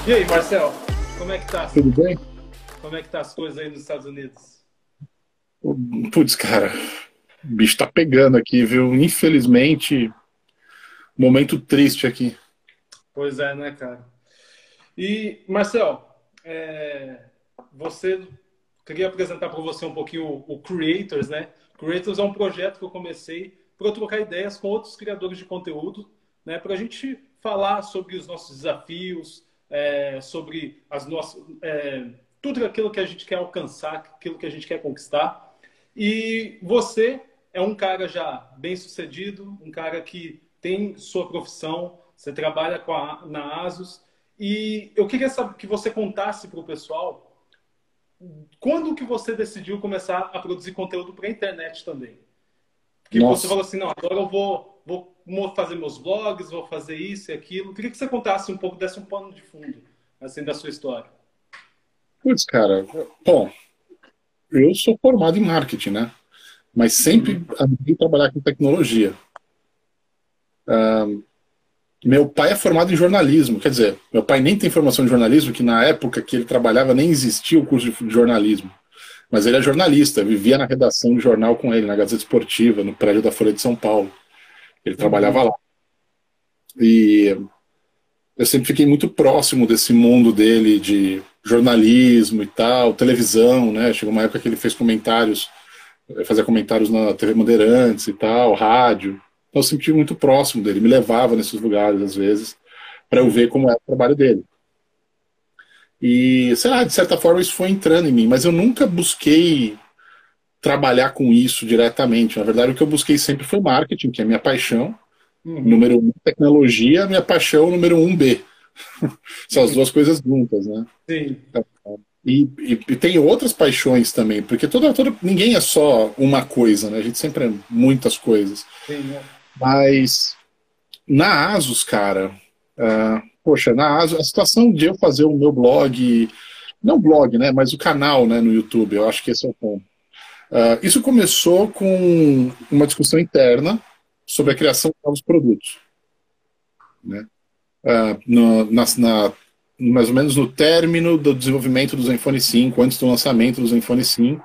E aí, Marcel, como é que tá? Tudo bem? Como é que tá as coisas aí nos Estados Unidos? Putz, cara, o bicho tá pegando aqui, viu? Infelizmente, momento triste aqui. Pois é, né, cara? E, Marcel, você queria apresentar para você um pouquinho o Creators, né? Creators é um projeto que eu comecei para trocar ideias com outros criadores de conteúdo, né? Para a gente falar sobre os nossos desafios, sobre as nossas, tudo aquilo que a gente quer alcançar, aquilo que a gente quer conquistar. E você é um cara já bem sucedido, um cara que tem sua profissão, você trabalha na Asus. E eu queria saber que você contasse para o pessoal quando que você decidiu começar a produzir conteúdo para a internet também. Que você Nossa, falou assim, não, agora eu vou fazer meus blogs, vou fazer isso e aquilo. Eu queria que você contasse um pouco, desse um pano de fundo, assim, da sua história. putz, cara, bom, eu sou formado em marketing, né? Mas sempre Uhum. amei trabalhar com tecnologia. Meu pai é formado em jornalismo, quer dizer, meu pai nem tem formação em jornalismo, que na época que ele trabalhava nem existia o curso de jornalismo. Mas ele é jornalista, vivia na redação de jornal com ele, na Gazeta Esportiva, no prédio da Folha de São Paulo. Ele trabalhava Uhum. lá. E eu sempre fiquei muito próximo desse mundo dele de jornalismo e tal, televisão, né? Chegou uma época que ele fez comentários, fazia comentários na TV Bandeirantes e tal, rádio. Então eu sempre estive muito próximo dele, me levava nesses lugares às vezes para eu ver Uhum. como era o trabalho dele. E, sei lá, de certa forma isso foi entrando em mim, mas eu nunca busquei trabalhar com isso diretamente. Na verdade, o que eu busquei sempre foi marketing, que é a minha paixão, Uhum. número um, tecnologia, minha paixão, número um, B. São as duas coisas juntas, né? Sim, E tem outras paixões também, porque ninguém é só uma coisa, né? A gente sempre é muitas coisas. sim, né? Mas na Asus, cara, poxa, na Asus, a situação de eu fazer o meu blog, não blog, né? Mas o canal, né, no YouTube, eu acho que esse é o ponto. Isso começou com uma discussão interna sobre a criação de novos produtos, né? Mais ou menos no término do desenvolvimento do Zenfone 5, antes do lançamento do Zenfone 5,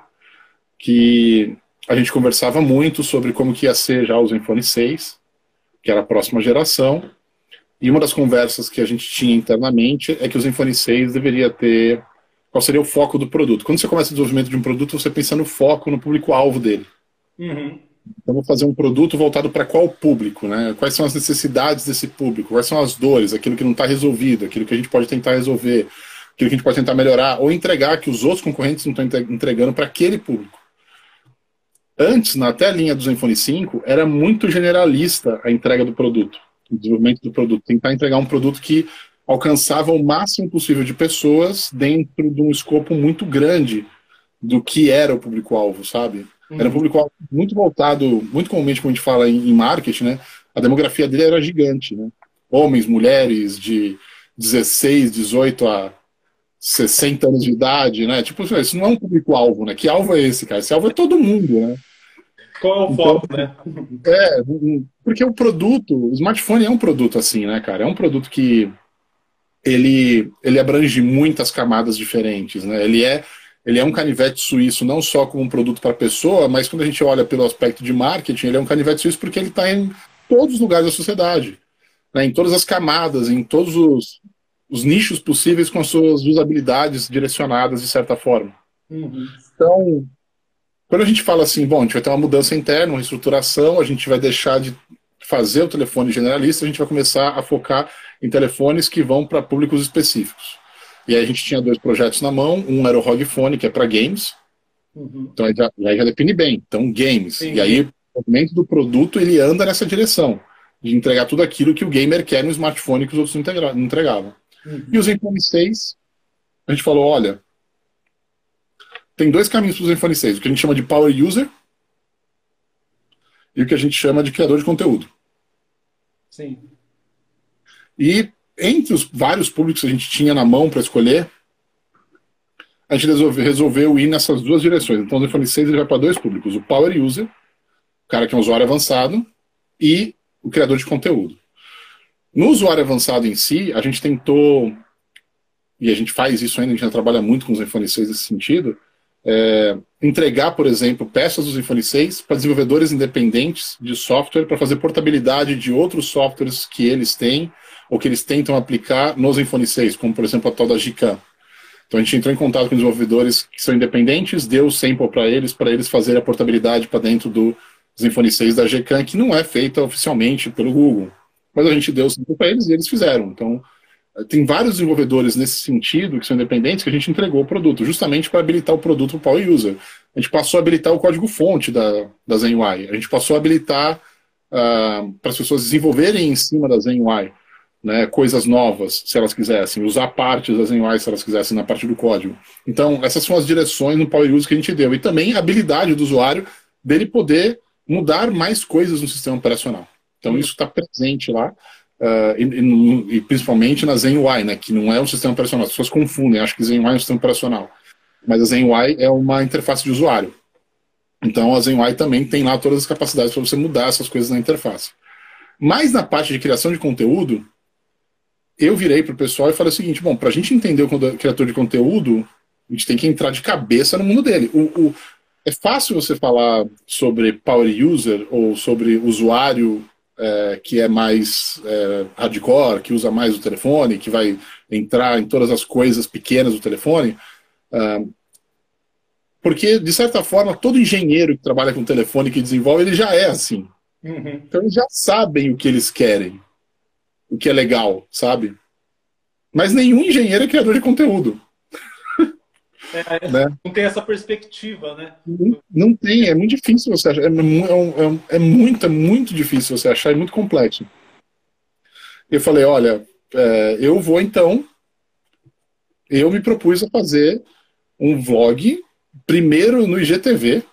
que a gente conversava muito sobre como que ia ser já o Zenfone 6, que era a próxima geração, e uma das conversas que a gente tinha internamente é que o Zenfone 6 deveria ter qual seria o foco do produto. Quando você começa o desenvolvimento de um produto, você pensa no foco, no público-alvo dele. Uhum. Então, vou fazer um produto voltado para qual público, né? Quais são as necessidades desse público? Quais são as dores? Aquilo que não está resolvido, aquilo que a gente pode tentar resolver, aquilo que a gente pode tentar melhorar ou entregar que os outros concorrentes não estão entregando para aquele público. Antes, na até a linha do Zenfone 5, era muito generalista a entrega do produto, o desenvolvimento do produto. Tentar entregar um produto que alcançava o máximo possível de pessoas dentro de um escopo muito grande do que era o público-alvo, sabe? Era um Uhum. público-alvo muito voltado, muito comumente quando a gente fala em marketing, né? A demografia dele era gigante, né? Homens, mulheres de 16, 18 a 60 anos de idade, né? Tipo, isso não é um público-alvo, né? Que alvo é esse, cara? Esse alvo é todo mundo, né? Qual é o Então, foco, né? porque o produto, o smartphone é um produto assim, né, cara? É um produto que ele abrange muitas camadas diferentes, né? Ele é um canivete suíço não só como um produto para a pessoa, mas quando a gente olha pelo aspecto de marketing, ele é um canivete suíço porque ele está em todos os lugares da sociedade, né? Em todas as camadas, em todos os nichos possíveis com as suas usabilidades direcionadas de certa forma. Uhum. Então, quando a gente fala assim, bom, a gente vai ter uma mudança interna, uma reestruturação, a gente vai deixar de fazer o telefone generalista, a gente vai começar a focar em telefones que vão para públicos específicos. E aí a gente tinha dois projetos na mão, um era o ROG Phone, que é para games, Uhum. então aí já define bem, então games. E Sim, aí o movimento do produto ele anda nessa direção, de entregar tudo aquilo que o gamer quer no smartphone que os outros não entregavam. E o uhum. Zenfone 6, a gente falou, olha, tem dois caminhos para o Zenfone 6, o que a gente chama de power user e o que a gente chama de criador de conteúdo. Sim. E entre os vários públicos que a gente tinha na mão para escolher, a gente resolveu ir nessas duas direções. Então, o iPhone 6 ele vai para dois públicos: o Power User, o cara que é um usuário avançado, e o criador de conteúdo. No usuário avançado em si, a gente tentou e a gente faz isso ainda, a gente já trabalha muito com os Zenfone 6 nesse sentido, entregar, por exemplo, peças do Zenfone 6 para desenvolvedores independentes de software para fazer portabilidade de outros softwares que eles têm ou que eles tentam aplicar no Zenfone 6, como, por exemplo, a tal da Gcam. Então a gente entrou em contato com desenvolvedores que são independentes, deu o sample para eles fazerem a portabilidade para dentro do Zenfone 6 da Gcam, que não é feita oficialmente pelo Google. Mas a gente deu o sample para eles e eles fizeram. Então, tem vários desenvolvedores nesse sentido, que são independentes, que a gente entregou o produto, justamente para habilitar o produto para o Power User. A gente passou a habilitar o código-fonte da ZenUI. A gente passou a habilitar para as pessoas desenvolverem em cima da ZenUI, né, coisas novas, se elas quisessem, usar partes da ZenUI, se elas quisessem, na parte do código. Então, essas são as direções no Power User que a gente deu. E também a habilidade do usuário dele poder mudar mais coisas no sistema operacional. Então, isso está presente lá. E principalmente na ZenUI, né, que não é um sistema operacional. As pessoas confundem, acham que ZenUI é um sistema operacional. Mas a ZenUI é uma interface de usuário. Então a ZenUI também tem lá todas as capacidades para você mudar essas coisas na interface. Mas na parte de criação de conteúdo, eu virei para o pessoal e falei o seguinte, bom, para a gente entender o criador de conteúdo, a gente tem que entrar de cabeça no mundo dele. É fácil você falar sobre Power User ou sobre usuário que é mais hardcore, que usa mais o telefone, que vai entrar em todas as coisas pequenas do telefone, porque, de certa forma, todo engenheiro que trabalha com telefone, que desenvolve, ele já é assim. Uhum. Então, eles já sabem o que eles querem, o que é legal, sabe? Mas nenhum engenheiro é criador de conteúdo. Né? Não tem essa perspectiva, né? Não tem, é muito difícil você achar. É muito difícil você achar, é muito complexo. Eu falei, olha, eu vou então. Eu me propus a fazer um vlog, primeiro no IGTV,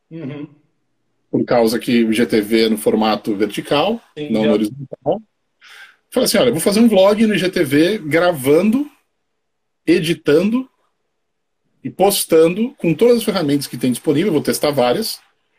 por causa que o IGTV é no formato vertical, sim, não no horizontal. Falei assim, olha, eu vou fazer um vlog no IGTV, gravando, editando e postando com todas as ferramentas que tem disponível, vou testar várias,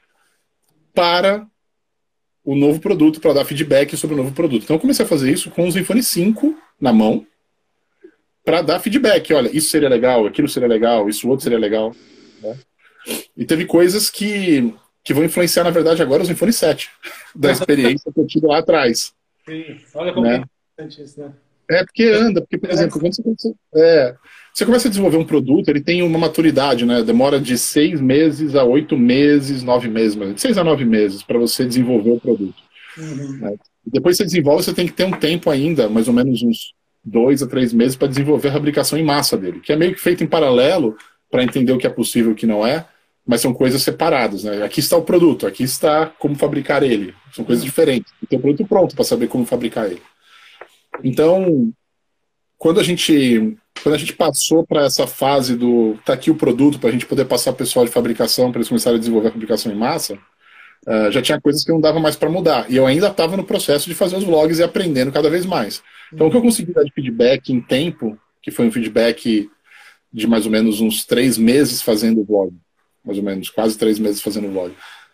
para o novo produto, para dar feedback sobre o novo produto. Então eu comecei a fazer isso com o Zenfone 5 na mão, para dar feedback. Olha, isso seria legal, aquilo seria legal, isso outro seria legal. Né? E teve coisas que vão influenciar, na verdade, agora o Zenfone 7, da experiência que eu tive lá atrás. Sim, olha como é interessante isso, né? Porque anda, porque, por exemplo, quando você começa a desenvolver um produto, ele tem uma maturidade, né? Demora de 6 meses a 8 meses, 9 meses, de 6 a 9 meses para você desenvolver o produto. Né? Depois que você desenvolve, você tem que ter um tempo ainda, mais ou menos uns 2 a 3 meses, para desenvolver a fabricação em massa dele, que é meio que feito em paralelo para entender o que é possível e o que não é, mas são coisas separadas. Né? Aqui está o produto, aqui está como fabricar ele. São coisas diferentes. Tem o produto pronto para saber como fabricar ele. Então, quando a gente passou para essa fase do tá aqui o produto para a gente poder passar o pessoal de fabricação para eles começarem a desenvolver a fabricação em massa, já tinha coisas que não dava mais para mudar. E eu ainda estava no processo de fazer os vlogs e aprendendo cada vez mais. Então, o que eu consegui dar de feedback em tempo, que foi um feedback de mais ou menos uns 3 meses fazendo o vlog, mais ou menos, quase 3 meses fazendo o vlog,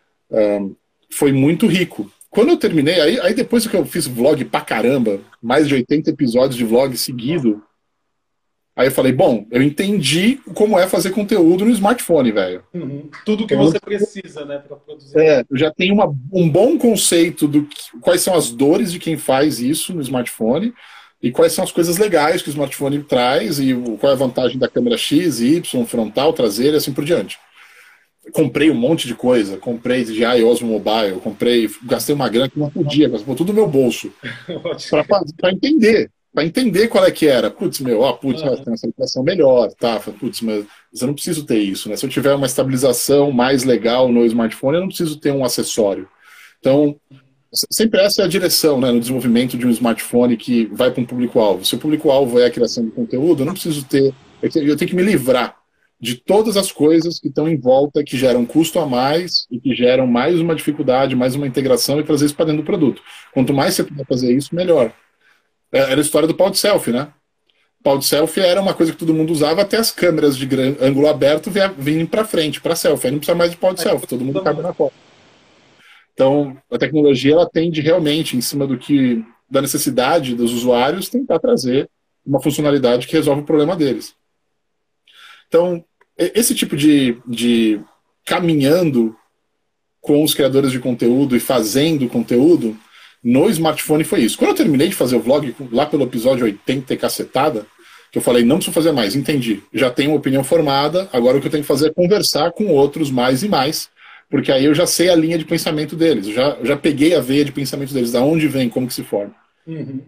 foi muito rico. Quando eu terminei, aí depois que eu fiz vlog pra caramba, mais de 80 episódios de vlog seguido, aí eu falei, bom, eu entendi como é fazer conteúdo no smartphone, velho. Tudo que você precisa, né, pra produzir. Eu já tenho um bom conceito quais são as dores de quem faz isso no smartphone e quais são as coisas legais que o smartphone traz e qual é a vantagem da câmera X, Y, frontal, traseira e assim por diante. Comprei um monte de coisa, comprei de Osmo Mobile, gastei uma grana que não podia, gastei tudo no meu bolso, para entender qual é que era. Putz, tem uma estabilização melhor, tá? Putz, mas eu não preciso ter isso, né? Se eu tiver uma estabilização mais legal no smartphone, eu não preciso ter um acessório. Então, sempre essa é a direção, né, no desenvolvimento de um smartphone que vai para um público-alvo. Se o público-alvo é a criação de conteúdo, eu não preciso ter, eu tenho que me livrar de todas as coisas que estão em volta, que geram custo a mais e que geram mais uma dificuldade, mais uma integração e trazer isso para dentro do produto. Quanto mais você puder fazer isso, melhor. Era a história do pau de selfie, né? O pau de selfie era uma coisa que todo mundo usava até as câmeras de ângulo aberto virem para frente, para selfie. Aí não precisa mais de pau de selfie, todo mundo cabe na foto. Então, a tecnologia ela tende realmente, em cima da necessidade dos usuários, tentar trazer uma funcionalidade que resolve o problema deles. Então, esse tipo de caminhando com os criadores de conteúdo e fazendo conteúdo no smartphone foi isso. Quando eu terminei de fazer o vlog, lá pelo episódio 80 e cacetada, que eu falei, não preciso fazer mais, entendi. Já tenho uma opinião formada, agora o que eu tenho que fazer é conversar com outros mais e mais, porque aí eu já sei a linha de pensamento deles, eu já peguei a veia de pensamento deles, da onde vem, como que se forma. Uhum.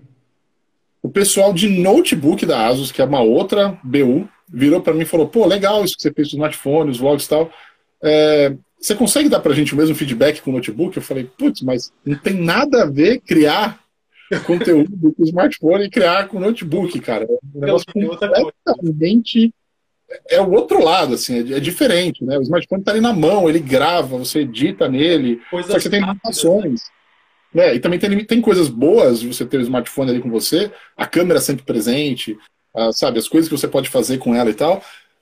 O pessoal de notebook da Asus, que é uma outra BU, virou para mim e falou, pô, legal isso que você fez no smartphone, os vlogs e tal, você consegue dar pra gente o mesmo feedback com o notebook? Eu falei, putz, mas não tem nada a ver criar conteúdo com smartphone e criar com notebook, cara. É um negócio completamente... É o outro lado, assim, é diferente, né? O smartphone tá ali na mão, ele grava, você edita nele, só que você tem limitações. Né? E também tem coisas boas de você ter o smartphone ali com você, a câmera sempre presente, sabe, as coisas que você pode fazer com ela e tal,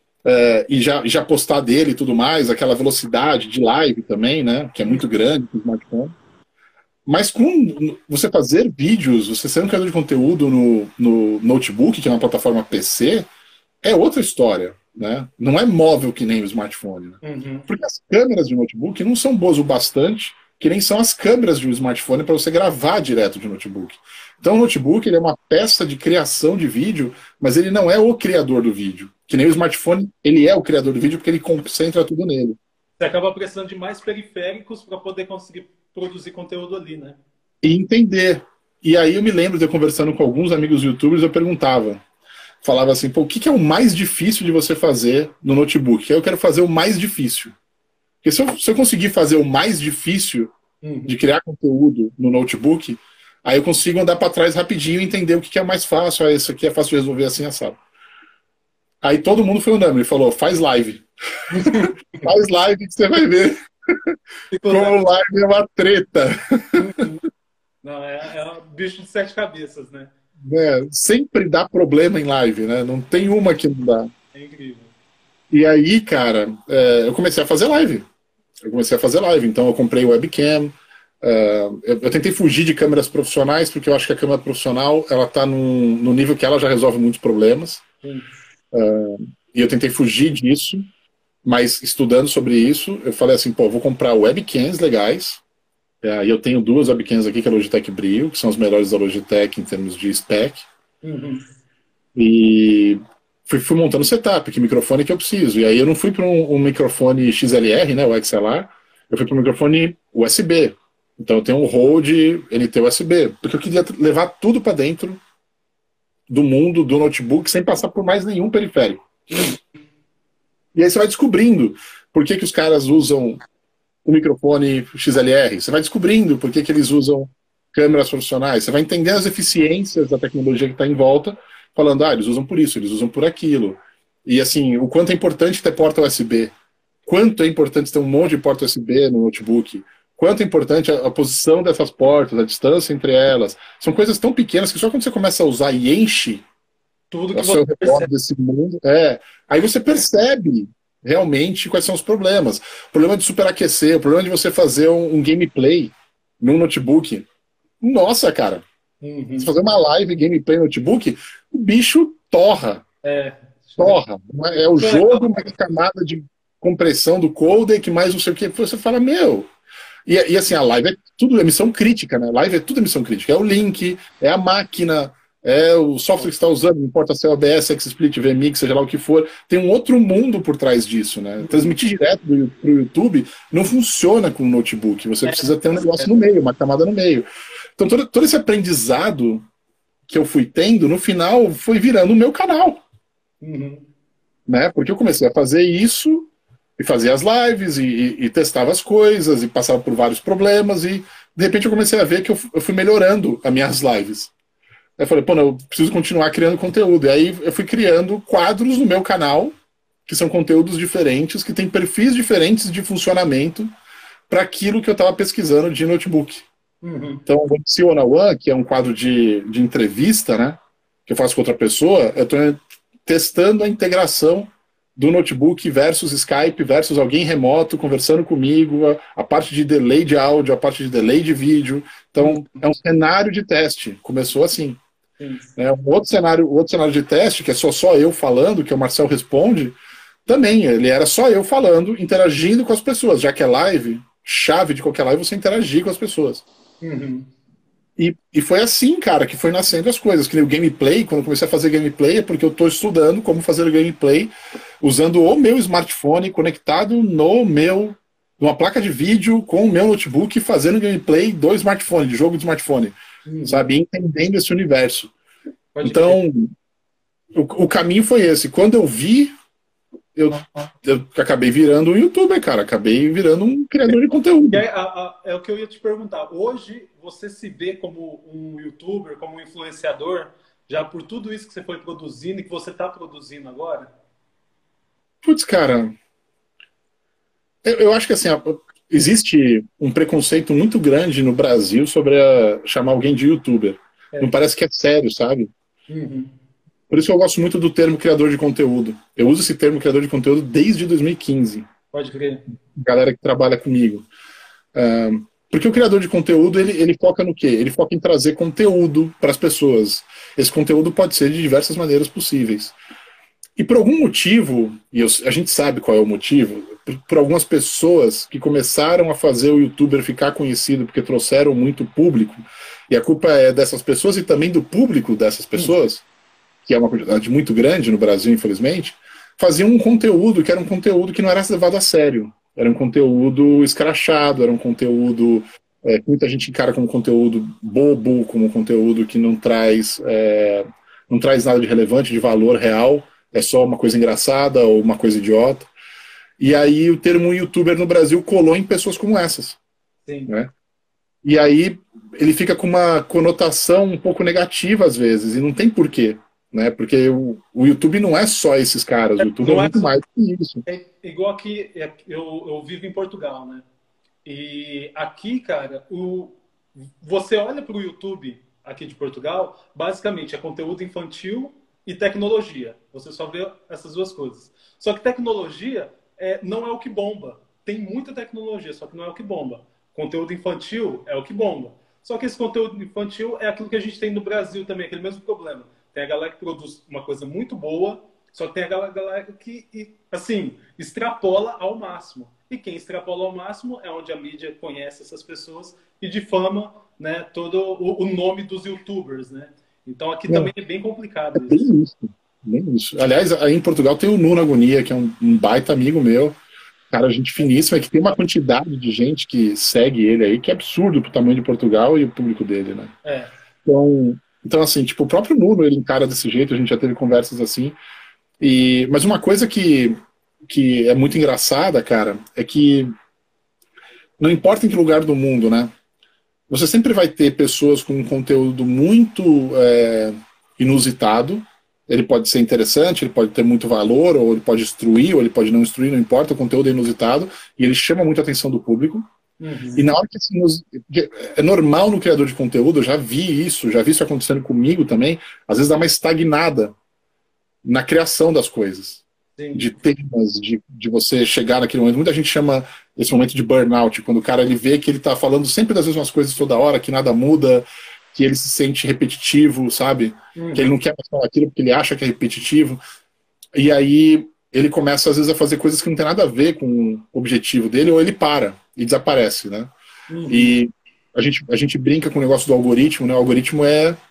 e já postar dele e tudo mais, aquela velocidade de live também, né? Que é muito grande com o smartphone. Mas com você fazer vídeos, você ser um criador de conteúdo no notebook, que é uma plataforma PC, é outra história, né? Não é móvel que nem o smartphone. Né? Uhum. Porque as câmeras de notebook não são boas o bastante, que nem são as câmeras de um smartphone para você gravar direto de notebook. Então o notebook ele é uma peça de criação de vídeo, mas ele não é o criador do vídeo. Que nem o smartphone, ele é o criador do vídeo porque ele concentra tudo nele. Você acaba precisando de mais periféricos para poder conseguir produzir conteúdo ali, né? E entender. E aí eu me lembro de eu conversando com alguns amigos youtubers, eu falava assim, pô, o que é o mais difícil de você fazer no notebook? Eu quero fazer o mais difícil. Porque se eu conseguir fazer o mais difícil de criar conteúdo no notebook, aí eu consigo andar para trás rapidinho e entender o que é mais fácil. Isso aqui é fácil de resolver assim, assado. Aí todo mundo foi unânime, ele falou, faz live. Faz live que você vai ver. Como live é uma treta. Não, é um bicho de 7 cabeças, né? Sempre dá problema em live, né? Não tem uma que não dá. É incrível. E aí, cara, eu comecei a fazer live. Então eu comprei webcam. Eu tentei fugir de câmeras profissionais, porque eu acho que a câmera profissional ela tá no nível que ela já resolve muitos problemas. E eu tentei fugir disso, mas estudando sobre isso, eu falei assim, pô, eu vou comprar webcams legais. E eu tenho 2 webcams aqui, que é a Logitech Brio, que são as melhores da Logitech em termos de spec. E fui montando o setup, que microfone que eu preciso. E aí eu não fui para um microfone XLR, né, o XLR, eu fui para um microfone USB. Então eu tenho um Rode NT USB, porque eu queria levar tudo para dentro do mundo do notebook sem passar por mais nenhum periférico. E aí você vai descobrindo por que os caras usam o microfone XLR, você vai descobrindo por que eles usam câmeras profissionais, você vai entendendo as eficiências da tecnologia que está em volta, falando, eles usam por isso, eles usam por aquilo. E assim, o quanto é importante ter porta USB, quanto é importante ter um monte de porta USB no notebook, quanto é importante a posição dessas portas, a distância entre elas. São coisas tão pequenas que só quando você começa a usar e enche tudo que ao seu redor desse mundo, aí você percebe realmente quais são os problemas. O problema de superaquecer, o problema de você fazer um gameplay num notebook. Nossa, cara. Você fazer uma live gameplay no notebook, o bicho torra. Torra. É o jogo, mais camada de compressão do codec, mais não sei o que. Você fala, meu... E assim, a live é tudo emissão crítica, né? Live é tudo emissão crítica. É o link, é a máquina, é o software que você está usando, não importa se é OBS, XSplit, VMix, seja lá o que for. Tem um outro mundo por trás disso, né? Transmitir direto para o YouTube não funciona com o notebook. Você precisa ter um negócio no meio, uma camada no meio. Então, todo esse aprendizado que eu fui tendo, no final, foi virando o meu canal. Né? Porque eu comecei a fazer isso, e fazia as lives, e testava as coisas, e passava por vários problemas, e de repente eu comecei a ver que eu fui melhorando as minhas lives. Aí eu falei, pô, não, eu preciso continuar criando conteúdo. E aí eu fui criando quadros no meu canal, que são conteúdos diferentes, que têm perfis diferentes de funcionamento para aquilo que eu estava pesquisando de notebook. Então, o MC One on One, que é um quadro de entrevista, né, que eu faço com outra pessoa, eu estou testando a integração do notebook versus Skype versus alguém remoto conversando comigo, a parte de delay de áudio, a parte de delay de vídeo. Então, é um cenário de teste. Começou assim. sim. Né? Um outro cenário de teste, que é só eu falando, que é o Marcel Responde, também, ele era só eu falando, interagindo com as pessoas, já que é live, chave de qualquer live é você interagir com as pessoas. Uhum. E foi assim, cara, que foi nascendo as coisas. Que nem o gameplay, quando eu comecei a fazer gameplay, é porque eu estou estudando como fazer o gameplay usando o meu smartphone conectado numa placa de vídeo com o meu notebook, fazendo gameplay do smartphone, de jogo de smartphone, Uhum. sabe? Entendendo esse universo. Pode crer. Então, o caminho foi esse. Quando eu vi, eu acabei virando um youtuber, cara. Acabei virando um criador de E conteúdo. aí, é o que eu ia te perguntar. Hoje, você se vê como um youtuber, como um influenciador, já por tudo isso que você foi produzindo e que você está produzindo agora? Putz, cara, eu acho que assim, existe um preconceito muito grande no Brasil sobre chamar alguém de youtuber. Não É. parece que é sério, sabe? Uhum. Por isso que eu gosto muito do termo criador de conteúdo. Eu uso esse termo criador de conteúdo desde 2015. Pode crer. Galera que trabalha comigo. Porque o criador de conteúdo, ele foca no quê? Ele foca em trazer conteúdo para as pessoas. Esse conteúdo pode ser de diversas maneiras possíveis. E por algum motivo, a gente sabe qual é o motivo, por algumas pessoas que começaram a fazer o youtuber ficar conhecido porque trouxeram muito público, e a culpa é dessas pessoas e também do público dessas Hum. pessoas, que é uma quantidade muito grande no Brasil, infelizmente, faziam um conteúdo que era um conteúdo que não era levado a sério. Era um conteúdo escrachado, era um conteúdo que muita gente encara como conteúdo bobo, como conteúdo que não traz nada de relevante, de valor real, é só uma coisa engraçada ou uma coisa idiota. E aí o termo youtuber no Brasil colou em pessoas como essas, Sim. né? E aí ele fica com uma conotação um pouco negativa às vezes, e não tem porquê, né? Porque o YouTube não é só esses caras, o YouTube é Não é muito só. mais que isso. É igual aqui, eu vivo em Portugal, né? E aqui, cara, você olha para o YouTube aqui de Portugal, basicamente é conteúdo infantil e tecnologia. Você só vê essas duas coisas. Só que tecnologia não é o que bomba. Tem muita tecnologia, só que não é o que bomba. Conteúdo infantil é o que bomba. Só que esse conteúdo infantil é aquilo que a gente tem no Brasil também, aquele mesmo problema. Tem a galera que produz uma coisa muito boa, só que tem a galera que, assim, extrapola ao máximo. E quem extrapola ao máximo é onde a mídia conhece essas pessoas e difama, né, todo o nome dos youtubers, né? Então aqui também Não, é bem é complicado isso. bem isso. Bem isso. Aliás, aí em Portugal tem o Nuno Agonia, que é um baita amigo meu, cara, gente finíssima, que tem uma quantidade de gente que segue ele aí, que é absurdo pro tamanho de Portugal e o público dele, né? É, Então assim, tipo, o próprio Nuno, ele encara desse jeito, a gente já teve conversas assim. Mas uma coisa que é muito engraçada, cara, é que não importa em que lugar do mundo, né? Você sempre vai ter pessoas com um conteúdo muito inusitado. Ele pode ser interessante, ele pode ter muito valor, ou ele pode instruir, ou ele pode não instruir, não importa, o conteúdo é inusitado e ele chama muito a atenção do público. E uhum, na hora que é normal no criador de conteúdo, eu já vi isso acontecendo comigo também, às vezes dá uma estagnada na criação das coisas, sim, de temas, de você chegar naquele momento. Muita gente chama esse momento de burnout, quando o cara ele vê que ele está falando sempre das mesmas coisas toda hora, que nada muda, que ele se sente repetitivo, sabe? Que ele uhum, não quer mais falar aquilo porque ele acha que é repetitivo. E aí ele começa, às vezes, a fazer coisas que não tem nada a ver com o objetivo dele, ou ele para e desaparece, né? uhum, E a gente brinca com o negócio do algoritmo, né? O algoritmo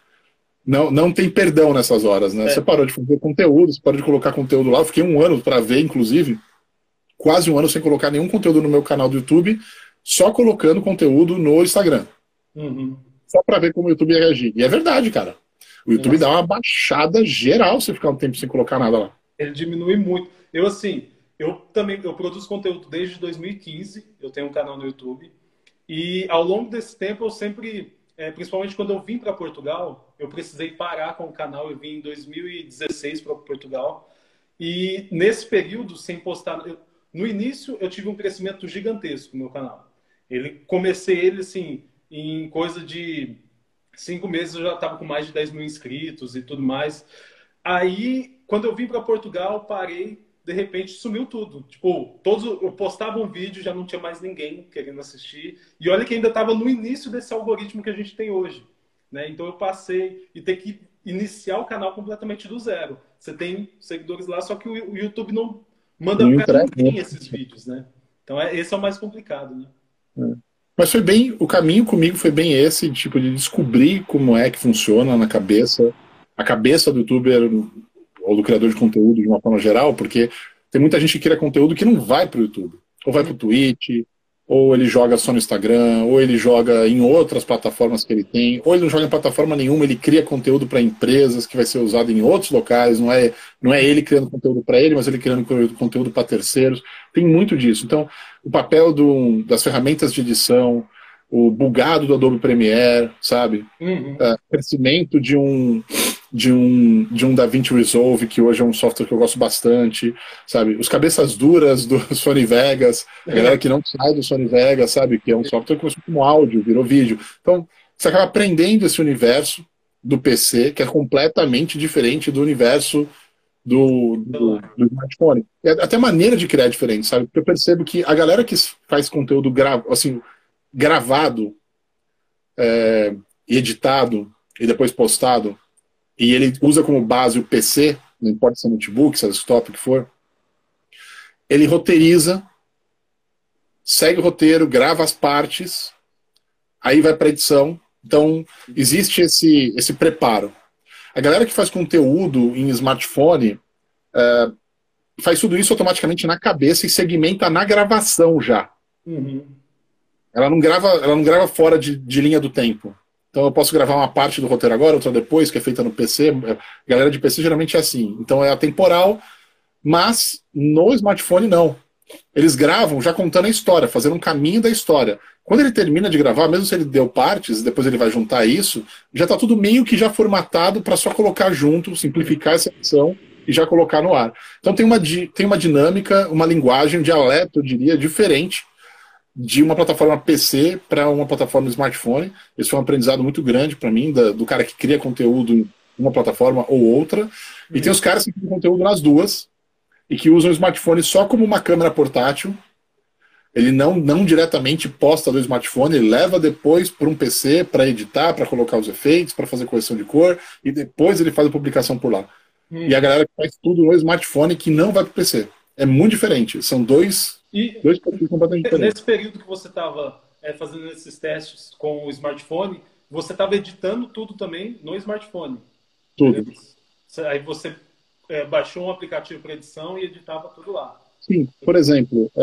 não tem perdão nessas horas, né? Você é, parou de fazer conteúdo, você parou de colocar conteúdo lá. Eu fiquei um ano para ver, inclusive, quase um ano sem colocar nenhum conteúdo no meu canal do YouTube, só colocando conteúdo no Instagram. uhum. Só para ver como o YouTube ia reagir. E é verdade, cara. O YouTube dá Nossa, uma baixada geral se ficar um tempo sem colocar nada lá. ele diminui muito. Eu, assim, eu também eu produzo conteúdo desde 2015, eu tenho um canal no YouTube. E ao longo desse tempo, eu sempre, principalmente quando eu vim para Portugal, eu precisei parar com o canal. Eu vim em 2016 para Portugal. E nesse período, sem postar. No início, eu tive um crescimento gigantesco no meu canal. Comecei ele assim, em coisa de 5 meses, eu já estava com mais de 10 mil inscritos e tudo mais. Aí, quando eu vim para Portugal, parei, de repente sumiu tudo. Tipo, eu postava um vídeo, já não tinha mais ninguém querendo assistir. E olha que ainda estava no início desse algoritmo que a gente tem hoje, né? Então eu passei e ter que iniciar o canal completamente do zero. Você tem seguidores lá, só que o YouTube não manda Não para entrega, né? ninguém esses vídeos, né? Então, esse é o mais complicado, né? Mas foi bem, o caminho comigo foi bem esse, tipo, de descobrir como é que funciona na cabeça, a cabeça do youtuber ou do criador de conteúdo de uma forma geral, porque tem muita gente que cria conteúdo que não vai para o YouTube, ou vai para o Twitch, ou ele joga só no Instagram, ou ele joga em outras plataformas que ele tem, ou ele não joga em plataforma nenhuma, ele cria conteúdo para empresas que vai ser usado em outros locais, não é ele criando conteúdo para ele, mas ele criando conteúdo para terceiros. Tem muito disso. Então, o papel das ferramentas de edição, o bugado do Adobe Premiere, sabe? Uhum. O crescimento de um DaVinci Resolve, que hoje é um software que eu gosto bastante, sabe? Os cabeças duras do Sony Vegas, a galera que não sai do Sony Vegas, sabe? Que é um software que começou como áudio, virou vídeo. Então, você acaba aprendendo esse universo do PC, que é completamente diferente do universo do smartphone. E até a maneira de criar é diferente, sabe? Porque eu percebo que a galera que faz conteúdo assim, gravado e editado e depois postado, e ele usa como base o PC, não importa se é notebook, se é desktop, o que for, ele roteiriza, segue o roteiro, grava as partes, aí vai para edição. Então, existe esse preparo. A galera que faz conteúdo em smartphone faz tudo isso automaticamente na cabeça e segmenta na gravação já. Uhum. Ela não grava fora de linha do tempo. Então eu posso gravar uma parte do roteiro agora, outra depois, que é feita no PC. A galera de PC geralmente é assim. Então é atemporal, mas no smartphone não. Eles gravam já contando a história, fazendo um caminho da história. Quando ele termina de gravar, mesmo se ele deu partes, depois ele vai juntar isso, já está tudo meio que já formatado para só colocar junto, simplificar essa edição e já colocar no ar. Então tem uma dinâmica, uma linguagem, um dialeto, eu diria, diferente de uma plataforma PC para uma plataforma smartphone. Esse foi um aprendizado muito grande para mim, do cara que cria conteúdo em uma plataforma ou outra. E tem os caras que criam conteúdo nas duas e que usam o smartphone só como uma câmera portátil. Ele não diretamente posta do smartphone, ele leva depois para um PC para editar, para colocar os efeitos, para fazer correção de cor, e depois ele faz a publicação por lá. E a galera que faz tudo no smartphone que não vai para o PC. É muito diferente. São dois perfis completamente diferentes. Nesse período que você estava fazendo esses testes com o smartphone, você estava editando tudo também no smartphone. Tudo. Aí você baixou um aplicativo para edição e editava tudo lá. Sim, por exemplo,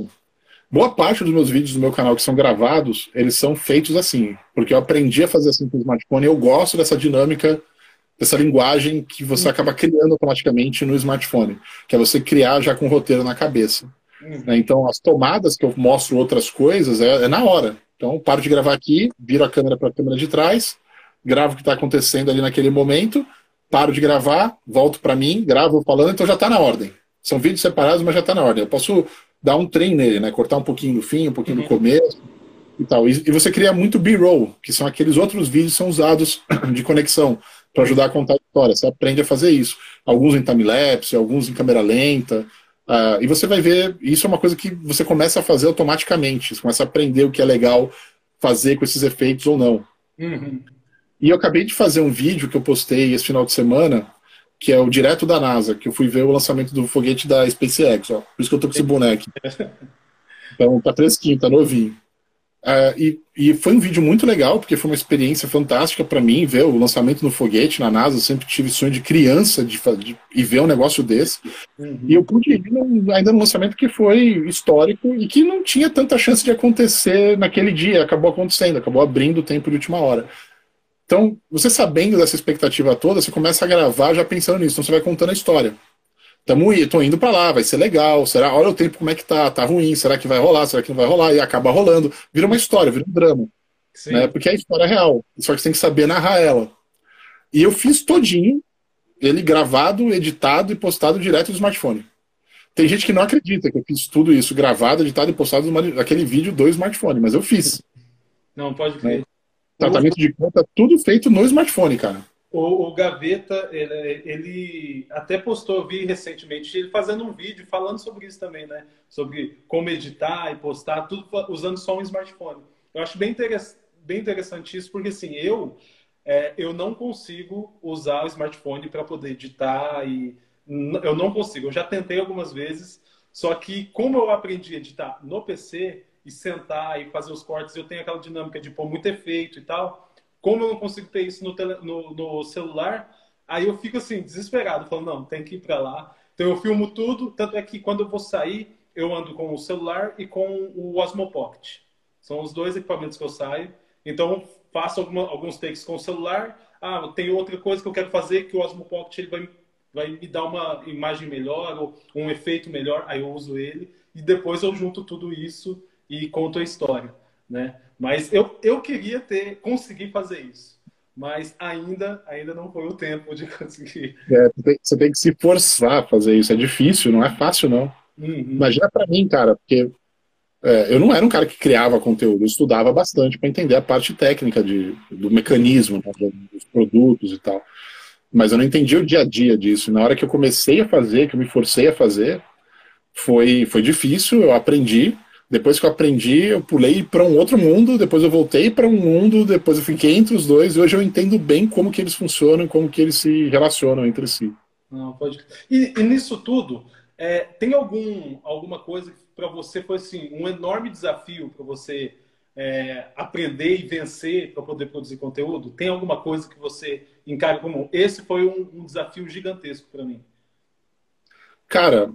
boa parte dos meus vídeos do meu canal que são gravados, eles são feitos assim, porque eu aprendi a fazer assim com o smartphone e eu gosto dessa dinâmica, dessa linguagem que você acaba criando automaticamente no smartphone, que é você criar já com o roteiro na cabeça. Então, as tomadas que eu mostro outras coisas é na hora. Então, eu paro de gravar aqui, viro a câmera para a câmera de trás, gravo o que está acontecendo ali naquele momento, paro de gravar, volto para mim, gravo falando, então já está na ordem. São vídeos separados, mas já está na ordem. Eu posso dar um trem nele, né? Cortar um pouquinho do fim, um pouquinho do começo e tal. E você cria muito B-roll, que são aqueles outros vídeos que são usados de conexão para ajudar a contar a história. Você aprende a fazer isso. Alguns em time-lapse, alguns em câmera lenta. E você vai ver, isso é uma coisa que você começa a fazer automaticamente. Você começa a aprender o que é legal fazer com esses efeitos ou não. E eu acabei de fazer um vídeo que eu postei esse final de semana, que é o direto da NASA, que eu fui ver o lançamento do foguete da SpaceX. Ó. Por isso que eu tô com esse boneco. Então tá fresquinho, tá novinho. E foi um vídeo muito legal, porque foi uma experiência fantástica para mim ver o lançamento no foguete na NASA. Eu sempre tive sonho de criança e ver um negócio desse. E eu pude ir ainda no lançamento que foi histórico e que não tinha tanta chance de acontecer naquele dia. Acabou acontecendo, acabou abrindo o tempo de última hora. Então, você sabendo dessa expectativa toda, você começa a gravar já pensando nisso. Então você vai contando a história. Tô indo para lá, vai ser legal. Será? Olha o tempo como é que tá ruim. Será que vai rolar? Será que não vai rolar? E acaba rolando. Vira uma história, vira um drama. Né? Porque a história é real. Só que você tem que saber narrar ela. E eu fiz todinho, ele gravado, editado e postado direto no smartphone. Tem gente que não acredita que eu fiz tudo isso gravado, editado e postado naquele vídeo do smartphone, mas eu fiz. Não, pode crer. Né? Tratamento de conta, tudo feito no smartphone, cara. O Gaveta, ele até postou, eu vi recentemente, ele fazendo um vídeo falando sobre isso também, né? Sobre como editar e postar, tudo usando só um smartphone. Eu acho bem interessante isso, porque assim, eu eu não consigo usar o smartphone para poder editar e eu não consigo. Eu já tentei algumas vezes, só que como eu aprendi a editar no PC e sentar e fazer os cortes, eu tenho aquela dinâmica de pôr muito efeito e tal. Como eu não consigo ter isso no celular, aí eu fico assim, desesperado, falando, não, tem que ir para lá. Então eu filmo tudo, tanto é que quando eu vou sair, eu ando com o celular e com o Osmo Pocket. São os dois equipamentos que eu saio. Então faço alguns takes com o celular. Ah, tem outra coisa que eu quero fazer que o Osmo Pocket ele vai me dar uma imagem melhor ou um efeito melhor. Aí eu uso ele e depois eu junto tudo isso e conto a história, né? Mas eu queria conseguir fazer isso, mas ainda não foi o tempo de conseguir. Você tem que se forçar a fazer isso. É difícil, não é fácil, não. Uhum. Imagina pra mim, cara, porque eu não era um cara que criava conteúdo, eu estudava bastante para entender a parte técnica do mecanismo, né, dos produtos e tal. Mas eu não entendia o dia a dia disso. E na hora que eu comecei a fazer, que eu me forcei a fazer, foi difícil, eu aprendi. Depois que eu aprendi, eu pulei para um outro mundo, depois eu voltei para um mundo, depois eu fiquei entre os dois, e hoje eu entendo bem como que eles funcionam, como que eles se relacionam entre si. Não, pode. E nisso tudo, tem alguma coisa que para você foi assim, um enorme desafio para você aprender e vencer para poder produzir conteúdo? Tem alguma coisa que você encara como esse foi um desafio gigantesco para mim? Cara,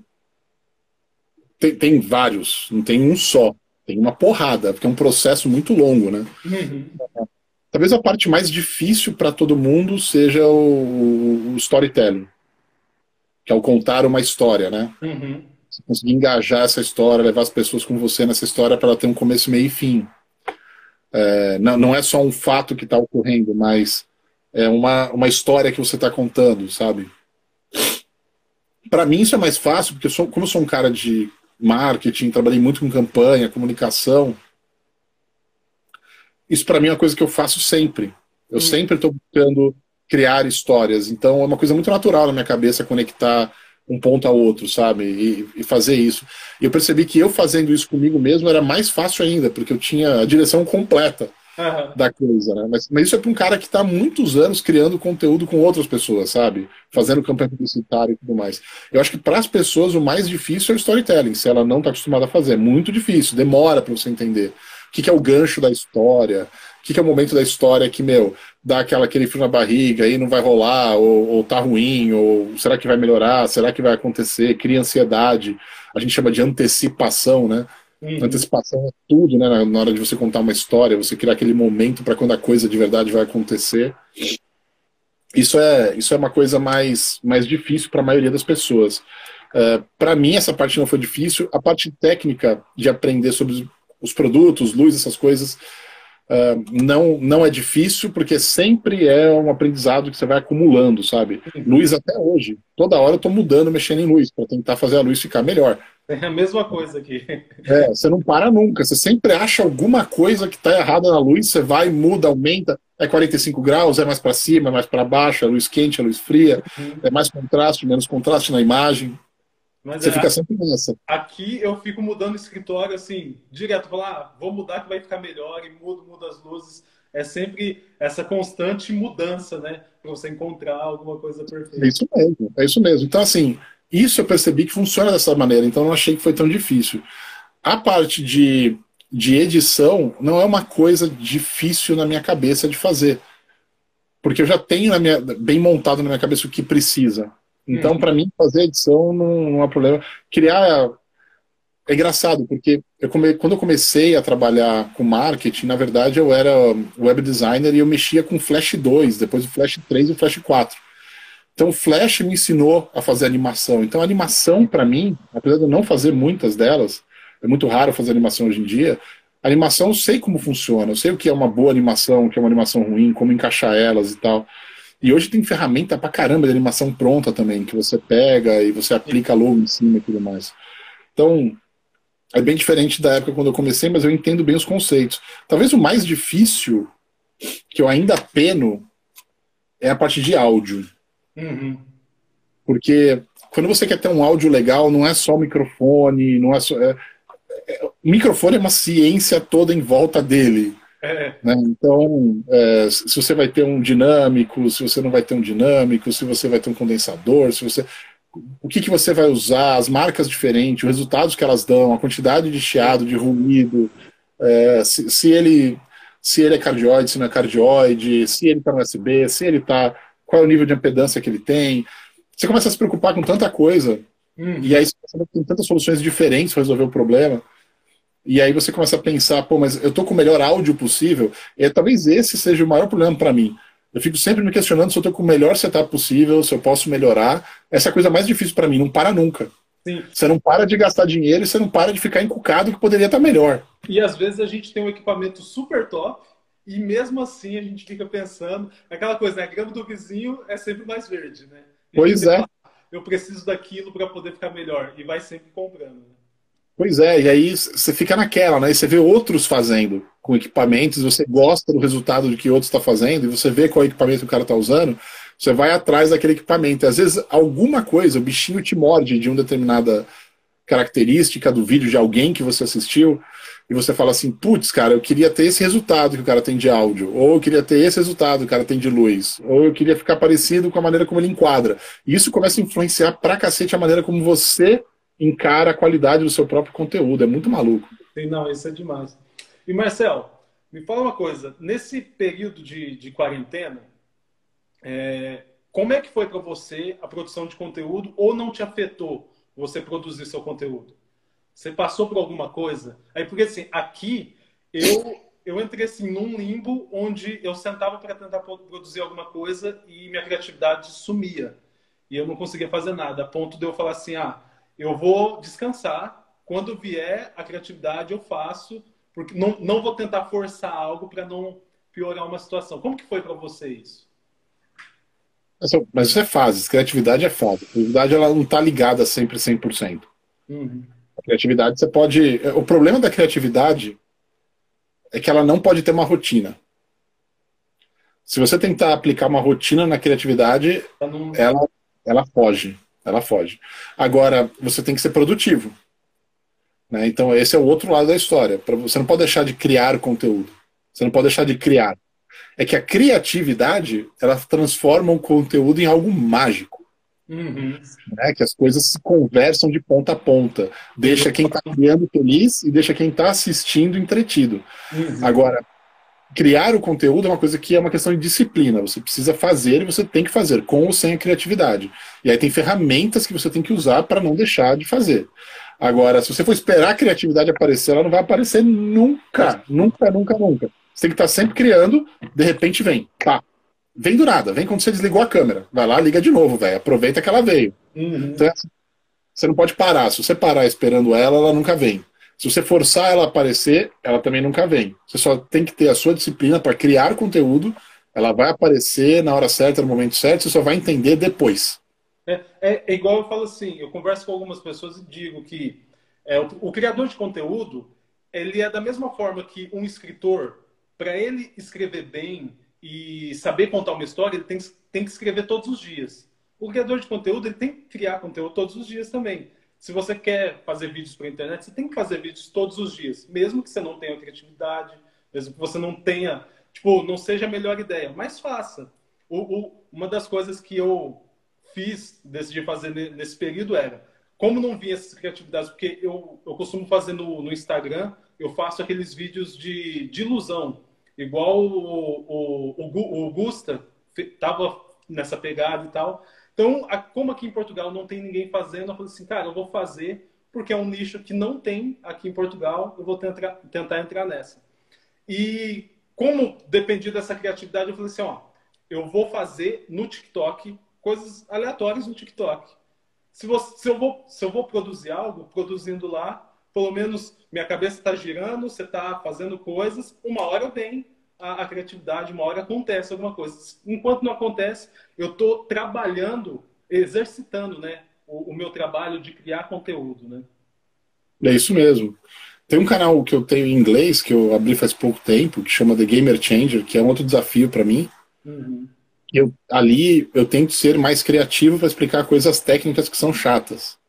tem vários, não tem um só. Tem uma porrada, porque é um processo muito longo, né? Uhum. Talvez a parte mais difícil para todo mundo seja o storytelling, que é o contar uma história, né? Uhum. Você conseguir engajar essa história, levar as pessoas com você nessa história para ela ter um começo, meio e fim. Não é só um fato que está ocorrendo, mas é uma história que você está contando, sabe? Para mim isso é mais fácil, porque como eu sou um cara de marketing, trabalhei muito com campanha, comunicação, isso para mim é uma coisa que eu faço sempre. Eu Uhum. sempre estou buscando criar histórias. Então é uma coisa muito natural na minha cabeça conectar um ponto ao outro, sabe? E fazer isso. E eu percebi que eu fazendo isso comigo mesmo era mais fácil ainda, porque eu tinha a direção completa Aham. da coisa, né? Mas isso é para um cara que está há muitos anos criando conteúdo com outras pessoas, sabe? Fazendo campanha publicitária e tudo mais. Eu acho que para as pessoas o mais difícil é o storytelling, se ela não está acostumada a fazer. É muito difícil, demora para você entender. O que é o gancho da história? O que é o momento da história que, meu, dá aquele frio na barriga e não vai rolar, ou tá ruim, ou será que vai melhorar? Será que vai acontecer? Cria ansiedade. A gente chama de antecipação, né? Uhum. Antecipação é tudo, né? Na hora de você contar uma história, você criar aquele momento para quando a coisa de verdade vai acontecer. Isso é uma coisa mais difícil para a maioria das pessoas. Para mim, essa parte não foi difícil. A parte técnica de aprender sobre os produtos, luz, essas coisas, não é difícil, porque sempre é um aprendizado que você vai acumulando, sabe? Uhum. Luz até hoje. Toda hora eu estou mudando, mexendo em luz, para tentar fazer a luz ficar melhor. É a mesma coisa aqui. Você não para nunca, você sempre acha alguma coisa que está errada na luz, você vai, muda, aumenta, é 45 graus, é mais para cima, é mais para baixo, é luz quente, é luz fria, é Uhum. mais contraste, menos contraste na imagem. Mas Você fica sempre nessa. aqui eu fico mudando o escritório assim, direto, falar, vou mudar que vai ficar melhor e mudo as luzes. É sempre essa constante mudança, né? Para você encontrar alguma coisa É perfeita. isso mesmo, é isso mesmo. Então, assim, isso eu percebi que funciona dessa maneira, então eu não achei que foi tão difícil. A parte de edição não é uma coisa difícil na minha cabeça de fazer, porque eu já tenho bem montado na minha cabeça o que precisa. Então, Uhum. para mim, fazer edição não há problema. Criar é engraçado, porque quando eu comecei a trabalhar com marketing, na verdade eu era web designer e eu mexia com Flash 2, depois o Flash 3 e o Flash 4. Então o Flash me ensinou a fazer animação. Então a animação, para mim, apesar de eu não fazer muitas delas, é muito raro fazer animação hoje em dia, a animação eu sei como funciona, eu sei o que é uma boa animação, o que é uma animação ruim, como encaixar elas e tal. E hoje tem ferramenta pra caramba de animação pronta também, que você pega e você aplica logo em cima e tudo mais. Então, é bem diferente da época quando eu comecei, mas eu entendo bem os conceitos. Talvez o mais difícil, que eu ainda peno, é a parte de áudio. Uhum. Porque quando você quer ter um áudio legal, não é só o microfone, não é só. O microfone é uma ciência toda em volta dele. É, Né? Então, se você vai ter um dinâmico, se você não vai ter um dinâmico, se você vai ter um condensador, se você, o que você vai usar, as marcas diferentes, os resultados que elas dão, a quantidade de chiado, de ruído, se ele é cardioide, se não é cardioide, se ele está no USB, se ele está, qual é o nível de impedância que ele tem. Você começa a se preocupar com tanta coisa, e uhum, aí você tem tantas soluções diferentes para resolver o problema. E aí você começa a pensar, pô, mas eu tô com o melhor áudio possível. E talvez esse seja o maior problema para mim. Eu fico sempre me questionando se eu tô com o melhor setup possível, se eu posso melhorar. Essa é a coisa mais difícil para mim, não para nunca. sim. Você não para de gastar dinheiro e você não para de ficar encucado que poderia estar melhor. E às vezes a gente tem um equipamento super top e mesmo assim a gente fica pensando, aquela coisa, né? A grama do vizinho é sempre mais verde, né? A gente Pois sempre é, fala, eu preciso daquilo para poder ficar melhor e vai sempre comprando, né? pois é. E aí você fica naquela, né? E você vê outros fazendo com equipamentos, você gosta do resultado de que outros está fazendo, e você vê qual equipamento o cara está usando, você vai atrás daquele equipamento. E às vezes alguma coisa, o bichinho te morde de uma determinada característica do vídeo de alguém que você assistiu, e você fala assim, putz, cara, eu queria ter esse resultado que o cara tem de áudio, ou eu queria ter esse resultado que o cara tem de luz, ou eu queria ficar parecido com a maneira como ele enquadra. E isso começa a influenciar pra cacete a maneira como você encara a qualidade do seu próprio conteúdo. É muito maluco. Sim, não, isso é demais. E Marcel, me fala uma coisa, nesse período de quarentena, como é que foi para você a produção de conteúdo ou não te afetou você produzir seu conteúdo? Você passou por alguma coisa? Aí, porque assim, aqui eu entrei assim num limbo onde eu sentava para tentar produzir alguma coisa e minha criatividade sumia. E eu não conseguia fazer nada, a ponto de eu falar assim: ah, eu vou descansar, quando vier a criatividade eu faço, porque não vou tentar forçar algo para não piorar uma situação. Como que foi para você isso? Mas isso é fases, criatividade é fase. A criatividade ela não está ligada sempre 100%. Uhum. A criatividade você pode. O problema da criatividade é que ela não pode ter uma rotina. Se você tentar aplicar uma rotina na criatividade, Pra não... ela, ela foge. Ela foge. Agora, você tem que ser produtivo. Né? Então, esse é o outro lado da história. Você não pode deixar de criar conteúdo. Você não pode deixar de criar. É que a criatividade, ela transforma o conteúdo em algo mágico. Uhum. Né? Que as coisas se conversam de ponta a ponta. Deixa quem está criando feliz e deixa quem está assistindo entretido. Uhum. Agora, criar o conteúdo é uma coisa que é uma questão de disciplina. Você precisa fazer e você tem que fazer, com ou sem a criatividade. E aí tem ferramentas que você tem que usar para não deixar de fazer. Agora, se você for esperar a criatividade aparecer, ela não vai aparecer nunca. Nunca, nunca, nunca. Você tem que estar sempre criando, de repente vem. Pá. Vem do nada, vem quando você desligou a câmera. Vai lá, liga de novo, velho. Aproveita que ela veio. Uhum. Então, você não pode parar. Se você parar esperando ela, ela nunca vem. Se você forçar ela a aparecer, ela também nunca vem. Você só tem que ter a sua disciplina para criar conteúdo. Ela vai aparecer na hora certa, no momento certo, você só vai entender depois. É igual eu falo assim, eu converso com algumas pessoas e digo que o criador de conteúdo, ele é da mesma forma que um escritor, para ele escrever bem e saber contar uma história, ele tem que escrever todos os dias. O criador de conteúdo, ele tem que criar conteúdo todos os dias também. Se você quer fazer vídeos para a internet, você tem que fazer vídeos todos os dias, mesmo que você não tenha criatividade, mesmo que você não tenha, tipo, não seja a melhor ideia, mas faça. Uma das coisas que eu decidi fazer nesse período era, como não vinha essas criatividades, porque eu costumo fazer no Instagram, eu faço aqueles vídeos de ilusão, igual o Gusta tava nessa pegada e tal. Então, como aqui em Portugal não tem ninguém fazendo, eu falei assim, cara, eu vou fazer, porque é um nicho que não tem aqui em Portugal, eu vou tentar entrar nessa. E como dependia dessa criatividade, eu falei assim, ó, eu vou fazer no TikTok coisas aleatórias no TikTok. Se eu vou produzir algo, produzindo lá, pelo menos minha cabeça está girando, você está fazendo coisas, uma hora vem a criatividade, uma hora acontece alguma coisa. Enquanto não acontece, eu estou trabalhando, exercitando, né, o meu trabalho de criar conteúdo, né? É isso mesmo. Tem um canal que eu tenho em inglês, que eu abri faz pouco tempo, que chama The Gamer Changer, que é um outro desafio para mim. Uhum. Ali eu tento ser mais criativo para explicar coisas técnicas que são chatas.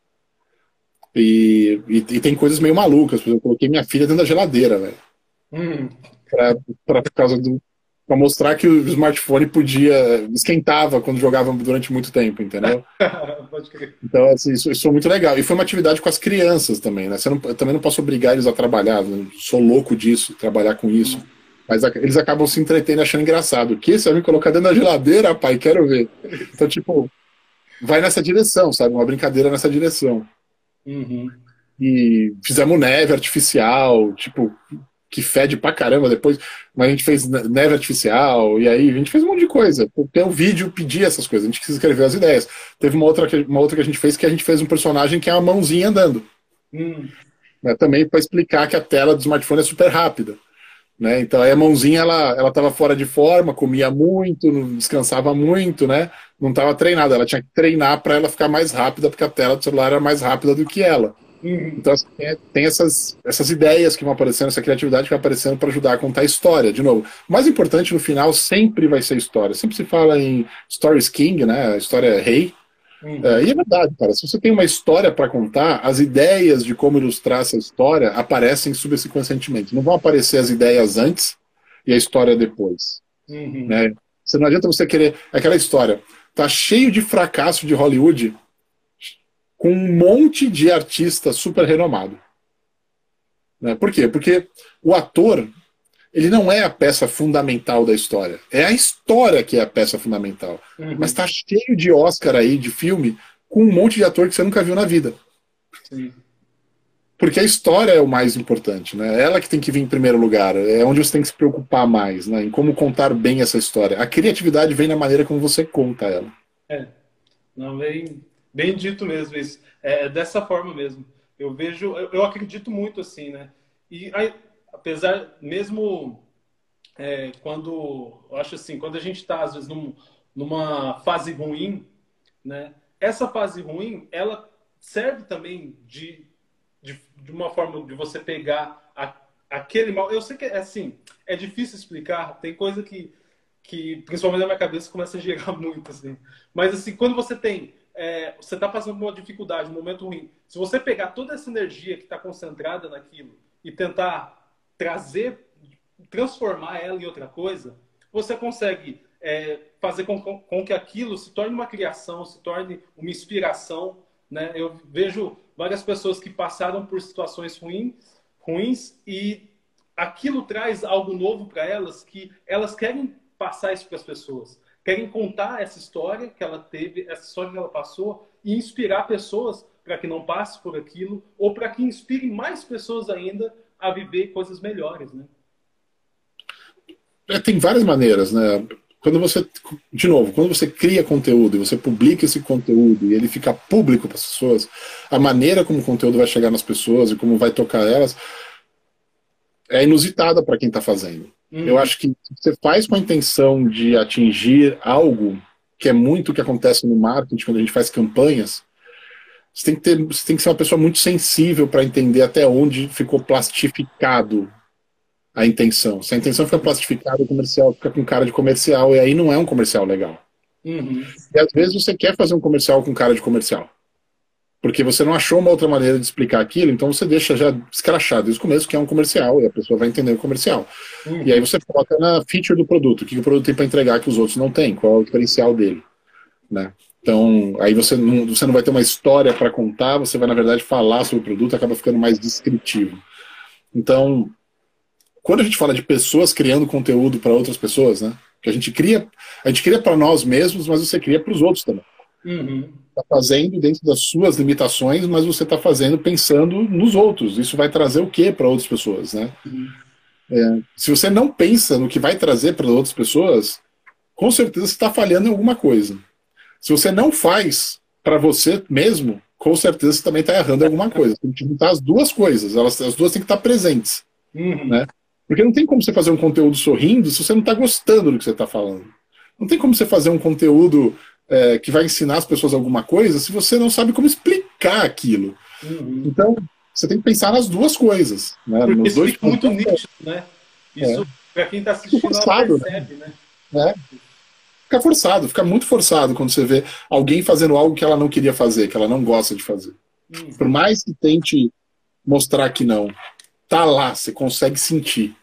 E tem coisas meio malucas. Por exemplo, eu coloquei minha filha dentro da geladeira, velho. Uhum. por causa do. Para mostrar que o smartphone podia. Esquentava quando jogava durante muito tempo, entendeu? Pode crer. Então, assim, isso foi muito legal. E foi uma atividade com as crianças também, né? Eu também não posso obrigar eles a trabalhar, né? Sou louco disso, trabalhar com isso. Mas eles acabam se entretendo achando engraçado. O que? Você vai me colocar dentro da geladeira, pai? Quero ver. Então, tipo, vai nessa direção, sabe? Uma brincadeira nessa direção. Uhum. E fizemos neve artificial, tipo, que fede pra caramba depois, mas a gente fez neve artificial, e aí a gente fez um monte de coisa. Tem um vídeo pedir essas coisas, a gente quis escrever as ideias. Teve uma outra que a gente fez, que a gente fez um personagem que é uma mãozinha andando. Né, também para explicar que a tela do smartphone é super rápida. Né? Então aí a mãozinha ela estava fora de forma, comia muito, não descansava muito, né? Não estava treinada, ela tinha que treinar para ela ficar mais rápida, porque a tela do celular era mais rápida do que ela. Então assim, tem essas ideias que vão aparecendo, essa criatividade que vai aparecendo para ajudar a contar a história. De novo, o mais importante no final sempre vai ser a história. Sempre se fala em stories king, né? A história é rei. E é verdade, cara. Se você tem uma história para contar, as ideias de como ilustrar essa história aparecem subsequentemente. Não vão aparecer as ideias antes e a história depois. Né? Não adianta você querer. Aquela história tá cheio de fracasso de Hollywood com um monte de artista super renomado. Né? Por quê? Porque o ator, ele não é a peça fundamental da história. É a história que é a peça fundamental. Mas tá cheio de Oscar aí, de filme, com um monte de ator que você nunca viu na vida. Sim. Porque a história é o mais importante, né? Ela que tem que vir em primeiro lugar. É onde você tem que se preocupar mais, né? Em como contar bem essa história. A criatividade vem na maneira como você conta ela. Não, bem dito mesmo isso. É dessa forma mesmo. Eu vejo, eu acredito muito assim, né? E aí, apesar, mesmo quando, eu acho assim, quando a gente está, às vezes, numa fase ruim, né? Essa fase ruim, ela serve também de uma forma de você pegar aquele mal. Eu sei que, assim, é difícil explicar, tem coisa que principalmente na minha cabeça, começa a gerar muito, assim. Mas, assim, quando você tem... você está passando por uma dificuldade, um momento ruim. Se você pegar toda essa energia que está concentrada naquilo e tentar transformar ela em outra coisa, você consegue fazer com que aquilo se torne uma criação, se torne uma inspiração. Né? Eu vejo várias pessoas que passaram por situações ruins e aquilo traz algo novo para elas, que elas querem passar isso para as pessoas. Querem contar essa história que ela teve, essa história que ela passou e inspirar pessoas para que não passe por aquilo ou para que inspire mais pessoas ainda a viver coisas melhores, né? Tem várias maneiras, né? De novo, quando você cria conteúdo e você publica esse conteúdo e ele fica público para as pessoas, a maneira como o conteúdo vai chegar nas pessoas e como vai tocar elas é inusitada para quem está fazendo. Eu acho que você faz com a intenção de atingir algo, que é muito o que acontece no marketing quando a gente faz campanhas. Você tem que ser uma pessoa muito sensível para entender até onde ficou plastificado a intenção. Se a intenção fica plastificada, o comercial fica com cara de comercial, e aí não é um comercial legal. E às vezes você quer fazer um comercial com cara de comercial, porque você não achou uma outra maneira de explicar aquilo, então você deixa já escrachado desde o começo que é um comercial, e a pessoa vai entender o comercial. E aí você foca na feature do produto, o que o produto tem para entregar que os outros não têm, qual é o diferencial dele. Né? Então, aí você não vai ter uma história para contar, você vai, na verdade, falar sobre o produto, acaba ficando mais descritivo. Então, quando a gente fala de pessoas criando conteúdo para outras pessoas, né? Que a gente cria para nós mesmos, mas você cria para os outros também. Está fazendo dentro das suas limitações, mas você está fazendo pensando nos outros. Isso vai trazer o que para outras pessoas, né? Se você não pensa no que vai trazer para outras pessoas, com certeza você está falhando em alguma coisa. Se você não faz para você mesmo, com certeza você também está errando em alguma coisa. Tem que juntar as duas coisas. As duas têm que estar presentes. Né? Porque não tem como você fazer um conteúdo sorrindo se você não está gostando do que você está falando. Não tem como você fazer um conteúdo que vai ensinar as pessoas alguma coisa se você não sabe como explicar aquilo. Então, você tem que pensar nas duas coisas. Né? Porque nos isso dois fica muito nítido, né? Isso, para quem está assistindo, forçado, percebe, né? Fica forçado, fica muito forçado quando você vê alguém fazendo algo que ela não queria fazer, que ela não gosta de fazer. Por mais que tente mostrar que não, tá lá, você consegue sentir.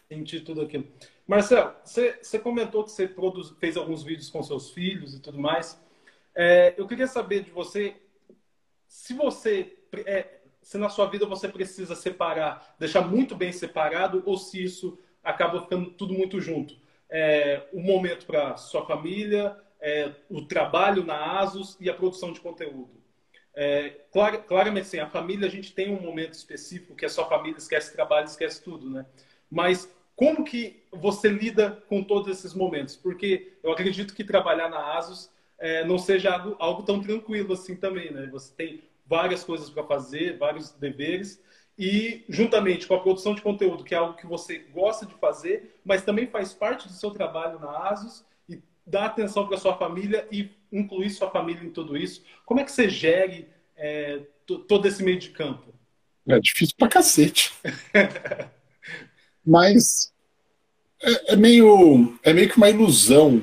Sentir tudo aquilo. Marcelo, você comentou que você fez alguns vídeos com seus filhos e tudo mais. Eu queria saber de você se se na sua vida você precisa separar, deixar muito bem separado, ou se isso acaba ficando tudo muito junto. O momento para sua família, o trabalho na ASUS e a produção de conteúdo. Claramente, assim, a família, a gente tem um momento específico que é só família, esquece trabalho, esquece tudo, né? Mas como que você lida com todos esses momentos? Porque eu acredito que trabalhar na ASUS não seja algo tão tranquilo assim também, né? Você tem várias coisas para fazer, vários deveres, e juntamente com a produção de conteúdo, que é algo que você gosta de fazer, mas também faz parte do seu trabalho na ASUS, e dá atenção para sua família e incluir sua família em tudo isso. Como é que você gere todo esse meio de campo? É difícil pra cacete. Mas é meio que uma ilusão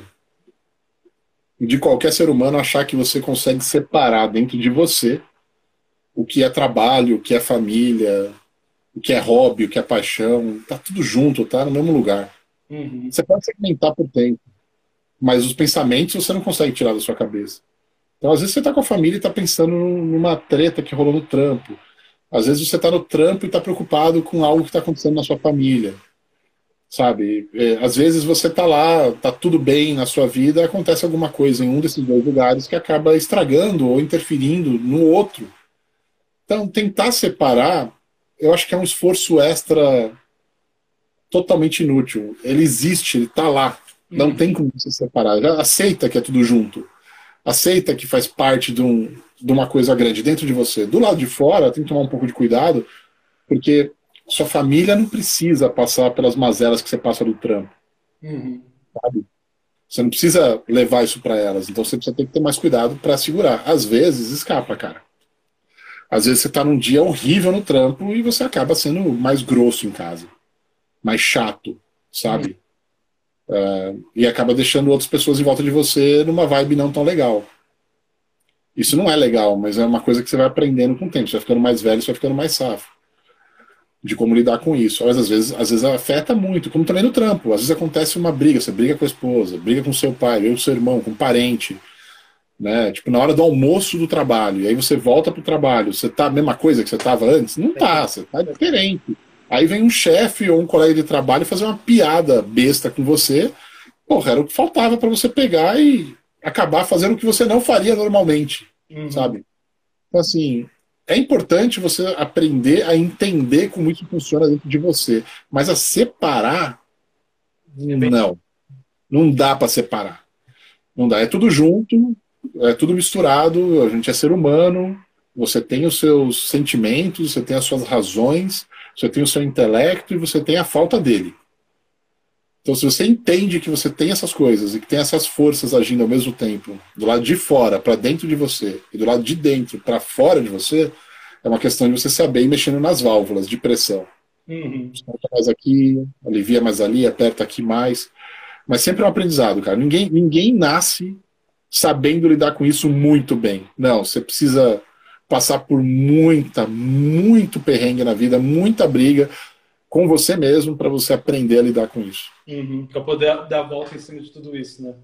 de qualquer ser humano achar que você consegue separar dentro de você o que é trabalho, o que é família, o que é hobby, o que é paixão. Tá tudo junto, tá no mesmo lugar. Uhum. Você pode segmentar por tempo, mas os pensamentos você não consegue tirar da sua cabeça. Então, às vezes, você tá com a família e tá pensando numa treta que rolou no trampo. Às vezes, você tá no trampo e tá preocupado com algo que tá acontecendo na sua família. Sabe? Às vezes, você tá lá, tá tudo bem na sua vida, acontece alguma coisa em um desses dois lugares que acaba estragando ou interferindo no outro. Então, tentar separar, eu acho que é um esforço extra totalmente inútil. Ele existe, ele tá lá. Não tem como você separar. Já aceita que é tudo junto. Aceita que faz parte de uma coisa grande dentro de você. Do lado de fora, tem que tomar um pouco de cuidado, porque sua família não precisa passar pelas mazelas que você passa do trampo. Uhum. Sabe? Você não precisa levar isso para elas. Então você precisa ter que ter mais cuidado para segurar. Às vezes escapa, cara. Às vezes você tá num dia horrível no trampo e você acaba sendo mais grosso em casa. Mais chato, sabe? E acaba deixando outras pessoas em volta de você numa vibe não tão legal. Isso não é legal, mas é uma coisa que você vai aprendendo com o tempo. Você vai ficando mais velho, você vai ficando mais safo de como lidar com isso. Mas às vezes afeta muito, como também no trampo. Às vezes acontece uma briga, você briga com a esposa, briga com seu pai, briga com seu irmão, com um parente, né? Tipo, na hora do almoço do trabalho, e aí você volta pro trabalho, você tá a mesma coisa que você tava antes? Não tá, você tá diferente. Aí vem um chefe ou um colega de trabalho fazer uma piada besta com você. Porra, era o que faltava para você pegar e acabar fazendo o que você não faria normalmente, Uhum. sabe? Então, assim, é importante você aprender a entender como isso funciona dentro de você. Mas a separar, É bem... não. Não dá para separar. Não dá. É tudo junto, é tudo misturado. A gente é ser humano. Você tem os seus sentimentos, você tem as suas razões, você tem o seu intelecto e você tem a falta dele. Então, se você entende que você tem essas coisas e que tem essas forças agindo ao mesmo tempo, do lado de fora para dentro de você e do lado de dentro para fora de você, é uma questão de você saber ir mexendo nas válvulas de pressão. Uhum. Solta mais aqui, alivia mais ali, aperta aqui mais. Mas sempre é um aprendizado, cara. Ninguém nasce sabendo lidar com isso muito bem. Não, você precisa passar por muito perrengue na vida, muita briga com você mesmo para você aprender a lidar com isso. Uhum. Para poder dar a volta em cima de tudo isso, né?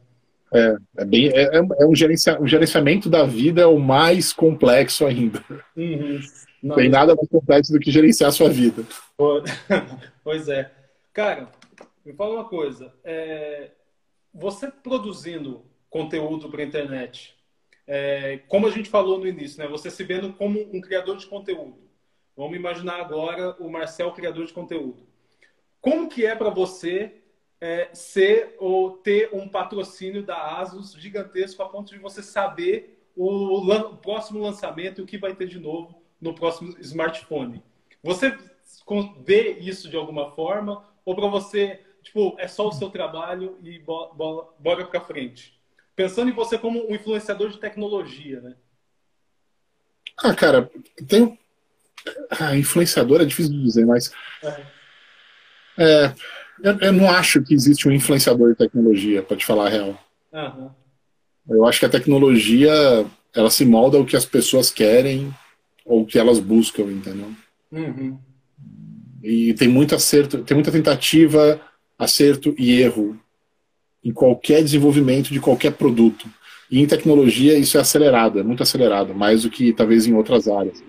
É um gerenciamento da vida é o mais complexo ainda. Uhum. Não Não, tem nada mais complexo do que gerenciar a sua vida. pois é. Cara, me fala uma coisa. Você produzindo conteúdo para a internet, como a gente falou no início, né? Você se vendo como um criador de conteúdo. Vamos imaginar agora o Marcel, criador de conteúdo. Como que é para você ser ou ter um patrocínio da ASUS gigantesco a ponto de você saber o próximo lançamento e o que vai ter de novo no próximo smartphone? Você vê isso de alguma forma? Ou para você, tipo, é só o seu trabalho e bora para frente? Pensando em você como um influenciador de tecnologia, né? Ah, cara, tem. Influenciador é difícil de dizer, mas é, eu não acho que existe um influenciador de tecnologia, para te falar a real. Aham. Eu acho que a tecnologia ela se molda ao que as pessoas querem ou o que elas buscam, entendeu? Uhum. E tem muito acerto, tem muita tentativa, acerto e erro em qualquer desenvolvimento de qualquer produto. E em tecnologia isso é acelerado, é muito acelerado, mais do que talvez em outras áreas.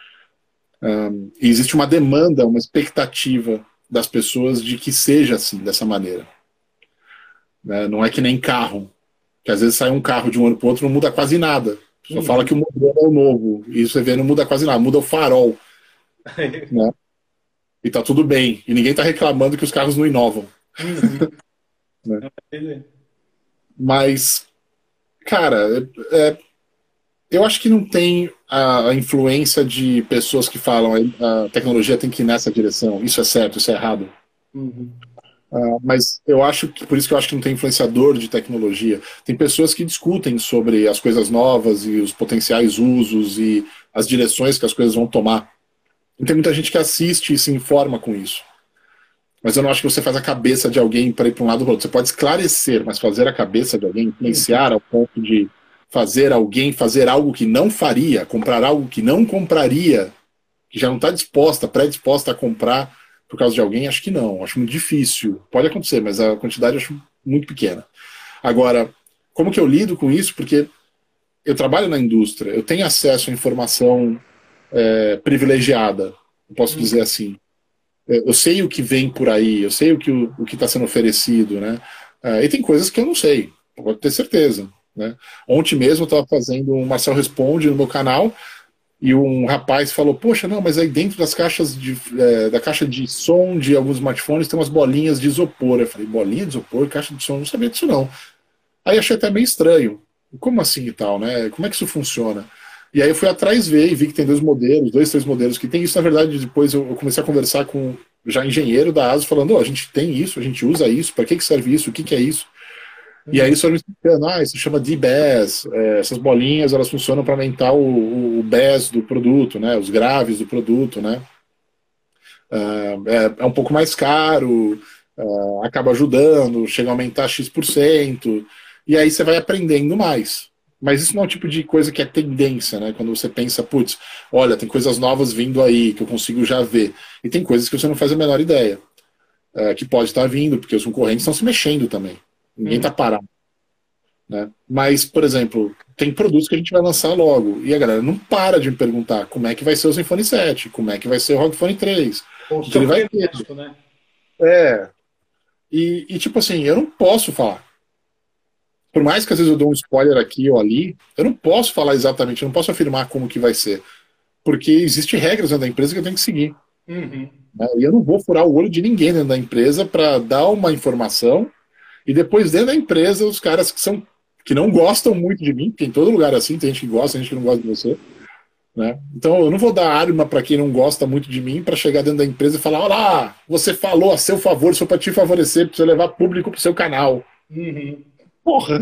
E existe uma demanda, uma expectativa das pessoas de que seja assim, dessa maneira. Né? Não é que nem carro, que às vezes sai um carro de um ano para o outro, não muda quase nada. Só fala que o modelo é o novo. E você vê, não muda quase nada, muda o farol. Né? E tá tudo bem. E ninguém tá reclamando que os carros não inovam. Né? Mas, cara, eu acho que não tem a influência de pessoas que falam a tecnologia tem que ir nessa direção, isso é certo, isso é errado. Mas eu acho que, por isso que eu acho que não tem influenciador de tecnologia. Tem pessoas que discutem sobre as coisas novas e os potenciais usos e as direções que as coisas vão tomar. E tem muita gente que assiste e se informa com isso. Mas eu não acho que você faz a cabeça de alguém para ir para um lado ou para o outro. Você pode esclarecer, mas fazer a cabeça de alguém, influenciar ao ponto de fazer alguém fazer algo que não faria, comprar algo que não compraria, que já não está disposta, predisposta a comprar por causa de alguém, acho que não. Acho muito difícil. Pode acontecer, mas a quantidade eu acho muito pequena. Agora, como que eu lido com isso? Porque eu trabalho na indústria, eu tenho acesso à informação privilegiada, posso dizer assim. Eu sei o que vem por aí, eu sei o que está sendo oferecido, né? E tem coisas que eu não sei, pode ter certeza. Né? Ontem mesmo eu estava fazendo um Marcel Responde no meu canal e um rapaz falou, poxa, não, mas aí dentro das caixas da caixa de som de alguns smartphones tem umas bolinhas de isopor. Eu falei, bolinha de isopor, caixa de som, não sabia disso não. Aí achei até meio estranho. Como assim e tal, né? Como é que isso funciona? E aí eu fui atrás ver e vi que tem dois, três modelos que tem isso. Na verdade, depois eu comecei a conversar com já engenheiro da ASUS, falando, a gente tem isso, a gente usa isso, para que serve isso, o que é isso? E aí eles foram me explicando, isso se chama D-Bass, essas bolinhas elas funcionam para aumentar o bass do produto, né, os graves do produto, né, é um pouco mais caro, acaba ajudando, chega a aumentar X%, e aí você vai aprendendo mais. Mas isso não é um tipo de coisa que é tendência, né, quando você pensa, putz, olha, tem coisas novas vindo aí, que eu consigo já ver, e tem coisas que você não faz a menor ideia, que pode estar vindo, porque os concorrentes estão se mexendo também. Ninguém está parado. Né? Mas, por exemplo, tem produtos que a gente vai lançar logo. E a galera não para de me perguntar como é que vai ser o Zenfone 7, como é que vai ser o ROG Phone 3. O que ele vai ter. Né? E tipo assim, eu não posso falar. Por mais que às vezes eu dou um spoiler aqui ou ali, eu não posso falar exatamente, eu não posso afirmar como que vai ser. Porque existem regras dentro da empresa que eu tenho que seguir. Né? E eu não vou furar o olho de ninguém dentro da empresa para dar uma informação e depois dentro da empresa os caras que não gostam muito de mim, porque em todo lugar é assim, tem gente que gosta, tem gente que não gosta de você. Né? Então eu não vou dar arma para quem não gosta muito de mim para chegar dentro da empresa e falar, olha lá, você falou a seu favor, só para te favorecer, para você levar público pro seu canal. Porra!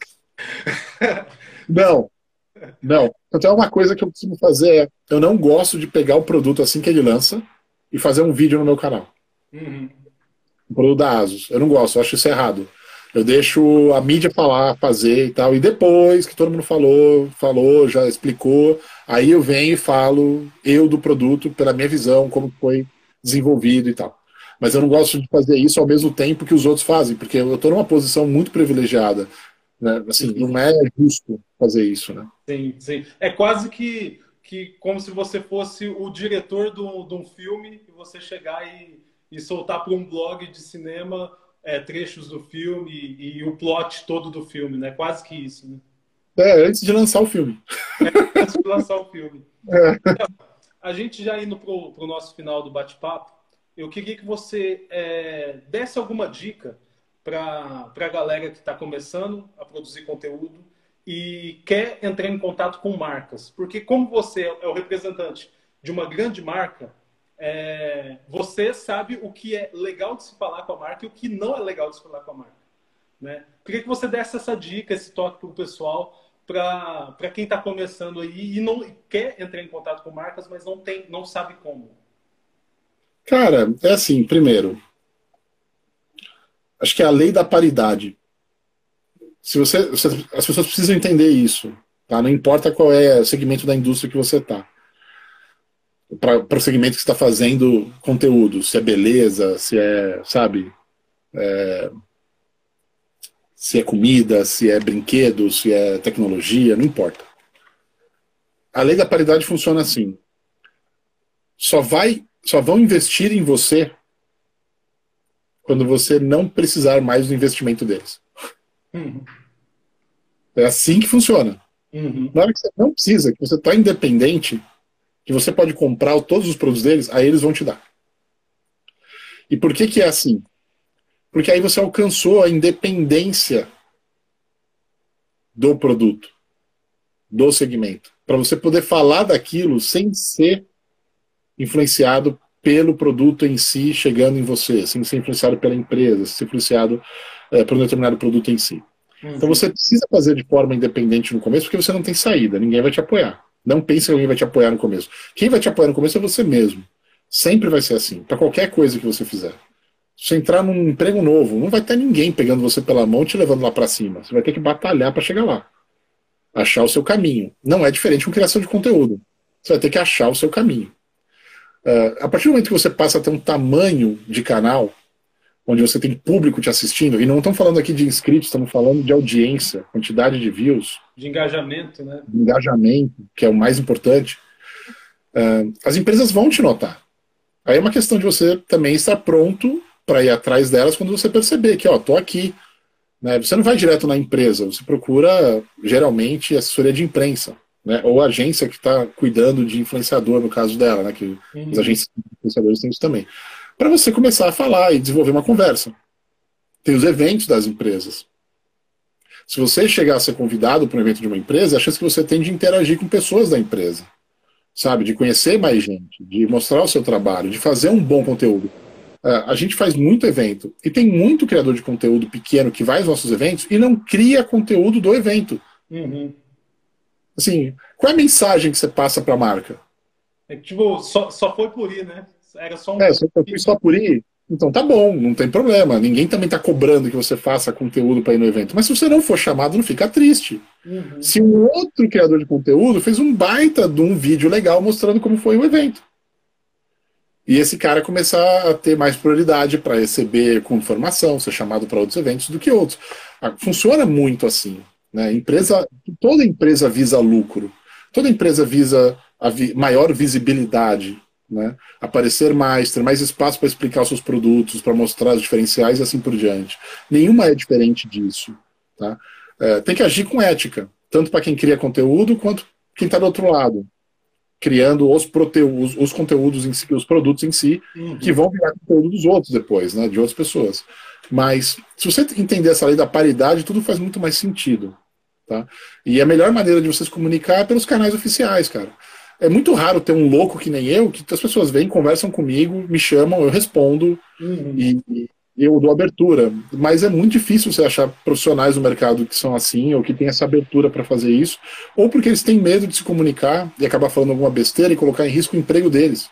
Não. Então é uma coisa que eu costumo fazer, eu não gosto de pegar o produto assim que ele lança e fazer um vídeo no meu canal. O produto da ASUS. Eu não gosto, eu acho isso errado. Eu deixo a mídia falar, fazer e tal, e depois que todo mundo falou, já explicou, aí eu venho e falo eu do produto pela minha visão, como foi desenvolvido e tal. Mas eu não gosto de fazer isso ao mesmo tempo que os outros fazem, porque eu estou numa posição muito privilegiada. Né? Assim, não é justo fazer isso, né? Sim. É quase que como se você fosse o diretor de um filme e você chegar e soltar para um blog de cinema trechos do filme e o plot todo do filme, né? Quase que isso, né? Antes de lançar o filme. Antes de lançar o filme. A gente já indo para o nosso final do bate-papo, eu queria que você desse alguma dica para a galera que está começando a produzir conteúdo e quer entrar em contato com marcas. Porque como você é o representante de uma grande marca, você sabe o que é legal de se falar com a marca e o que não é legal de se falar com a marca. Né? Queria que você desse essa dica, esse toque para o pessoal, para quem está começando aí e não quer entrar em contato com marcas, mas não sabe como. Cara, é assim, primeiro, acho que é a lei da paridade. As pessoas precisam entender isso. Tá? Não importa qual é o segmento da indústria que você está. para o segmento que está fazendo conteúdo, se é beleza, se é, sabe, se é comida, se é brinquedo, se é tecnologia, não importa. A lei da paridade funciona assim. Só vão investir em você quando você não precisar mais do investimento deles. Uhum. É assim que funciona. Uhum. Na hora que você não precisa, que você está independente, que você pode comprar todos os produtos deles, aí eles vão te dar. E por que é assim? Porque aí você alcançou a independência do produto, do segmento, para você poder falar daquilo sem ser influenciado pelo produto em si chegando em você, sem ser influenciado pela empresa, sem ser influenciado por um determinado produto em si. Então Uhum. você precisa fazer de forma independente no começo, porque você não tem saída, ninguém vai te apoiar. Não pense que alguém vai te apoiar no começo. Quem vai te apoiar no começo é você mesmo. Sempre vai ser assim, para qualquer coisa que você fizer. Se você entrar num emprego novo, não vai ter ninguém pegando você pela mão e te levando lá para cima. Você vai ter que batalhar para chegar lá. Achar o seu caminho. Não é diferente com criação de conteúdo. Você vai ter que achar o seu caminho. A partir do momento que você passa a ter um tamanho de canal, onde você tem público te assistindo, e não estamos falando aqui de inscritos, estamos falando de audiência, quantidade de views, De engajamento, né? de engajamento, que é o mais importante, as empresas vão te notar. Aí é uma questão de você também estar pronto para ir atrás delas quando você perceber que, ó, tô aqui. Né? Você não vai direto na empresa, você procura geralmente assessoria de imprensa, né? Ou a agência que está cuidando de influenciador, no caso dela, né? Que as Uhum. agências de influenciadores têm isso também. Para você começar a falar e desenvolver uma conversa. Tem os eventos das empresas. Se você chegar a ser convidado para um evento de uma empresa, a chance que você tem de interagir com pessoas da empresa, sabe? De conhecer mais gente, de mostrar o seu trabalho, de fazer um bom conteúdo. A gente faz muito evento e tem muito criador de conteúdo pequeno que vai aos nossos eventos e não cria conteúdo do evento. Uhum. Assim, qual é a mensagem que você passa para a marca? É que, tipo, só foi por ir, né? Era só um Você foi só convite. por ir? Então tá bom, não tem problema. Ninguém também está cobrando que você faça conteúdo para ir no evento. Mas se você não for chamado, não fica triste. Uhum. Se um outro criador de conteúdo fez um baita de um vídeo legal mostrando como foi o evento. E esse cara começar a ter mais prioridade para receber com informação, ser chamado para outros eventos do que outros. Funciona muito assim. Né? Toda empresa visa lucro. Toda empresa visa maior visibilidade. Né? Aparecer mais, ter mais espaço para explicar os seus produtos, para mostrar os diferenciais e assim por diante. Nenhuma é diferente disso. Tá? Tem que agir com ética, tanto para quem cria conteúdo quanto quem está do outro lado criando os conteúdos em si, os produtos em si, que Uhum. vão virar conteúdo dos outros depois, né, de outras pessoas. Mas se você entender essa lei da paridade, tudo faz muito mais sentido. Tá? E a melhor maneira de você se comunicar é pelos canais oficiais, cara. É muito raro ter um louco que nem eu, que as pessoas vêm, conversam comigo, me chamam, eu respondo, Uhum. e eu dou abertura. Mas é muito difícil você achar profissionais no mercado que são assim, ou que têm essa abertura para fazer isso, ou porque eles têm medo de se comunicar e acabar falando alguma besteira e colocar em risco o emprego deles.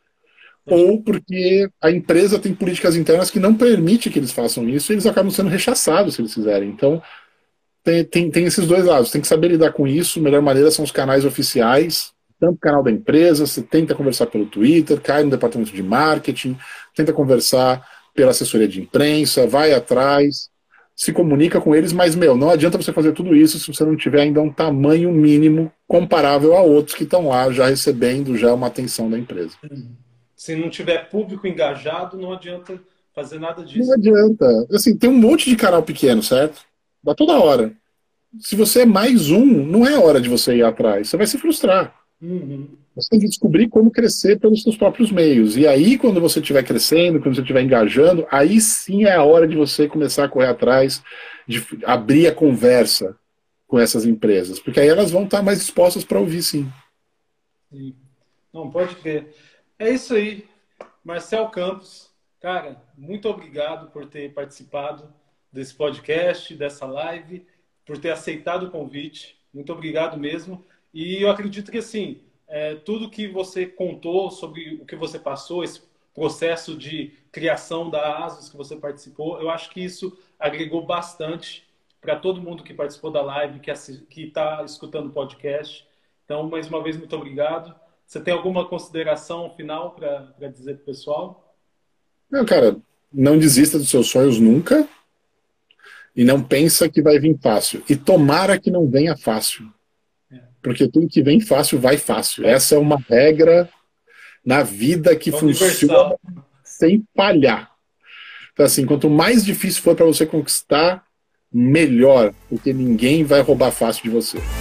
Ou porque a empresa tem políticas internas que não permitem que eles façam isso e eles acabam sendo rechaçados se eles fizerem. Então, tem esses dois lados. Tem que saber lidar com isso. A melhor maneira são os canais oficiais, tanto o canal da empresa, você tenta conversar pelo Twitter, cai no departamento de marketing, tenta conversar pela assessoria de imprensa, vai atrás, se comunica com eles, mas, meu, não adianta você fazer tudo isso se você não tiver ainda um tamanho mínimo comparável a outros que estão lá já recebendo já uma atenção da empresa. Se não tiver público engajado, não adianta fazer nada Não disso. adianta. Assim, tem um monte de canal pequeno, certo? Dá toda hora. Se você é mais um, não é hora de você ir atrás. Você vai se frustrar. Uhum. Você tem que descobrir como crescer pelos seus próprios meios. E aí, quando você estiver crescendo, quando você estiver engajando, aí sim é a hora de você começar a correr atrás, de abrir a conversa com essas empresas. Porque aí elas vão estar mais dispostas para ouvir, sim. Sim. Não, pode crer. É isso aí. Marcel Campos, cara, muito obrigado por ter participado desse podcast, dessa live, por ter aceitado o convite. Muito obrigado mesmo. E eu acredito que, assim, tudo que você contou sobre o que você passou, esse processo de criação da ASUS que você participou, eu acho que isso agregou bastante para todo mundo que participou da live, que está escutando o podcast. Então, mais uma vez, muito obrigado. Você tem alguma consideração final para dizer para o pessoal? Não, cara, não desista dos seus sonhos nunca e não pensa que vai vir fácil. E tomara que não venha fácil. Porque tudo que vem fácil, vai fácil. Essa é uma regra na vida que funciona sem falhar. Então, assim, quanto mais difícil for para você conquistar, melhor, porque ninguém vai roubar fácil de você.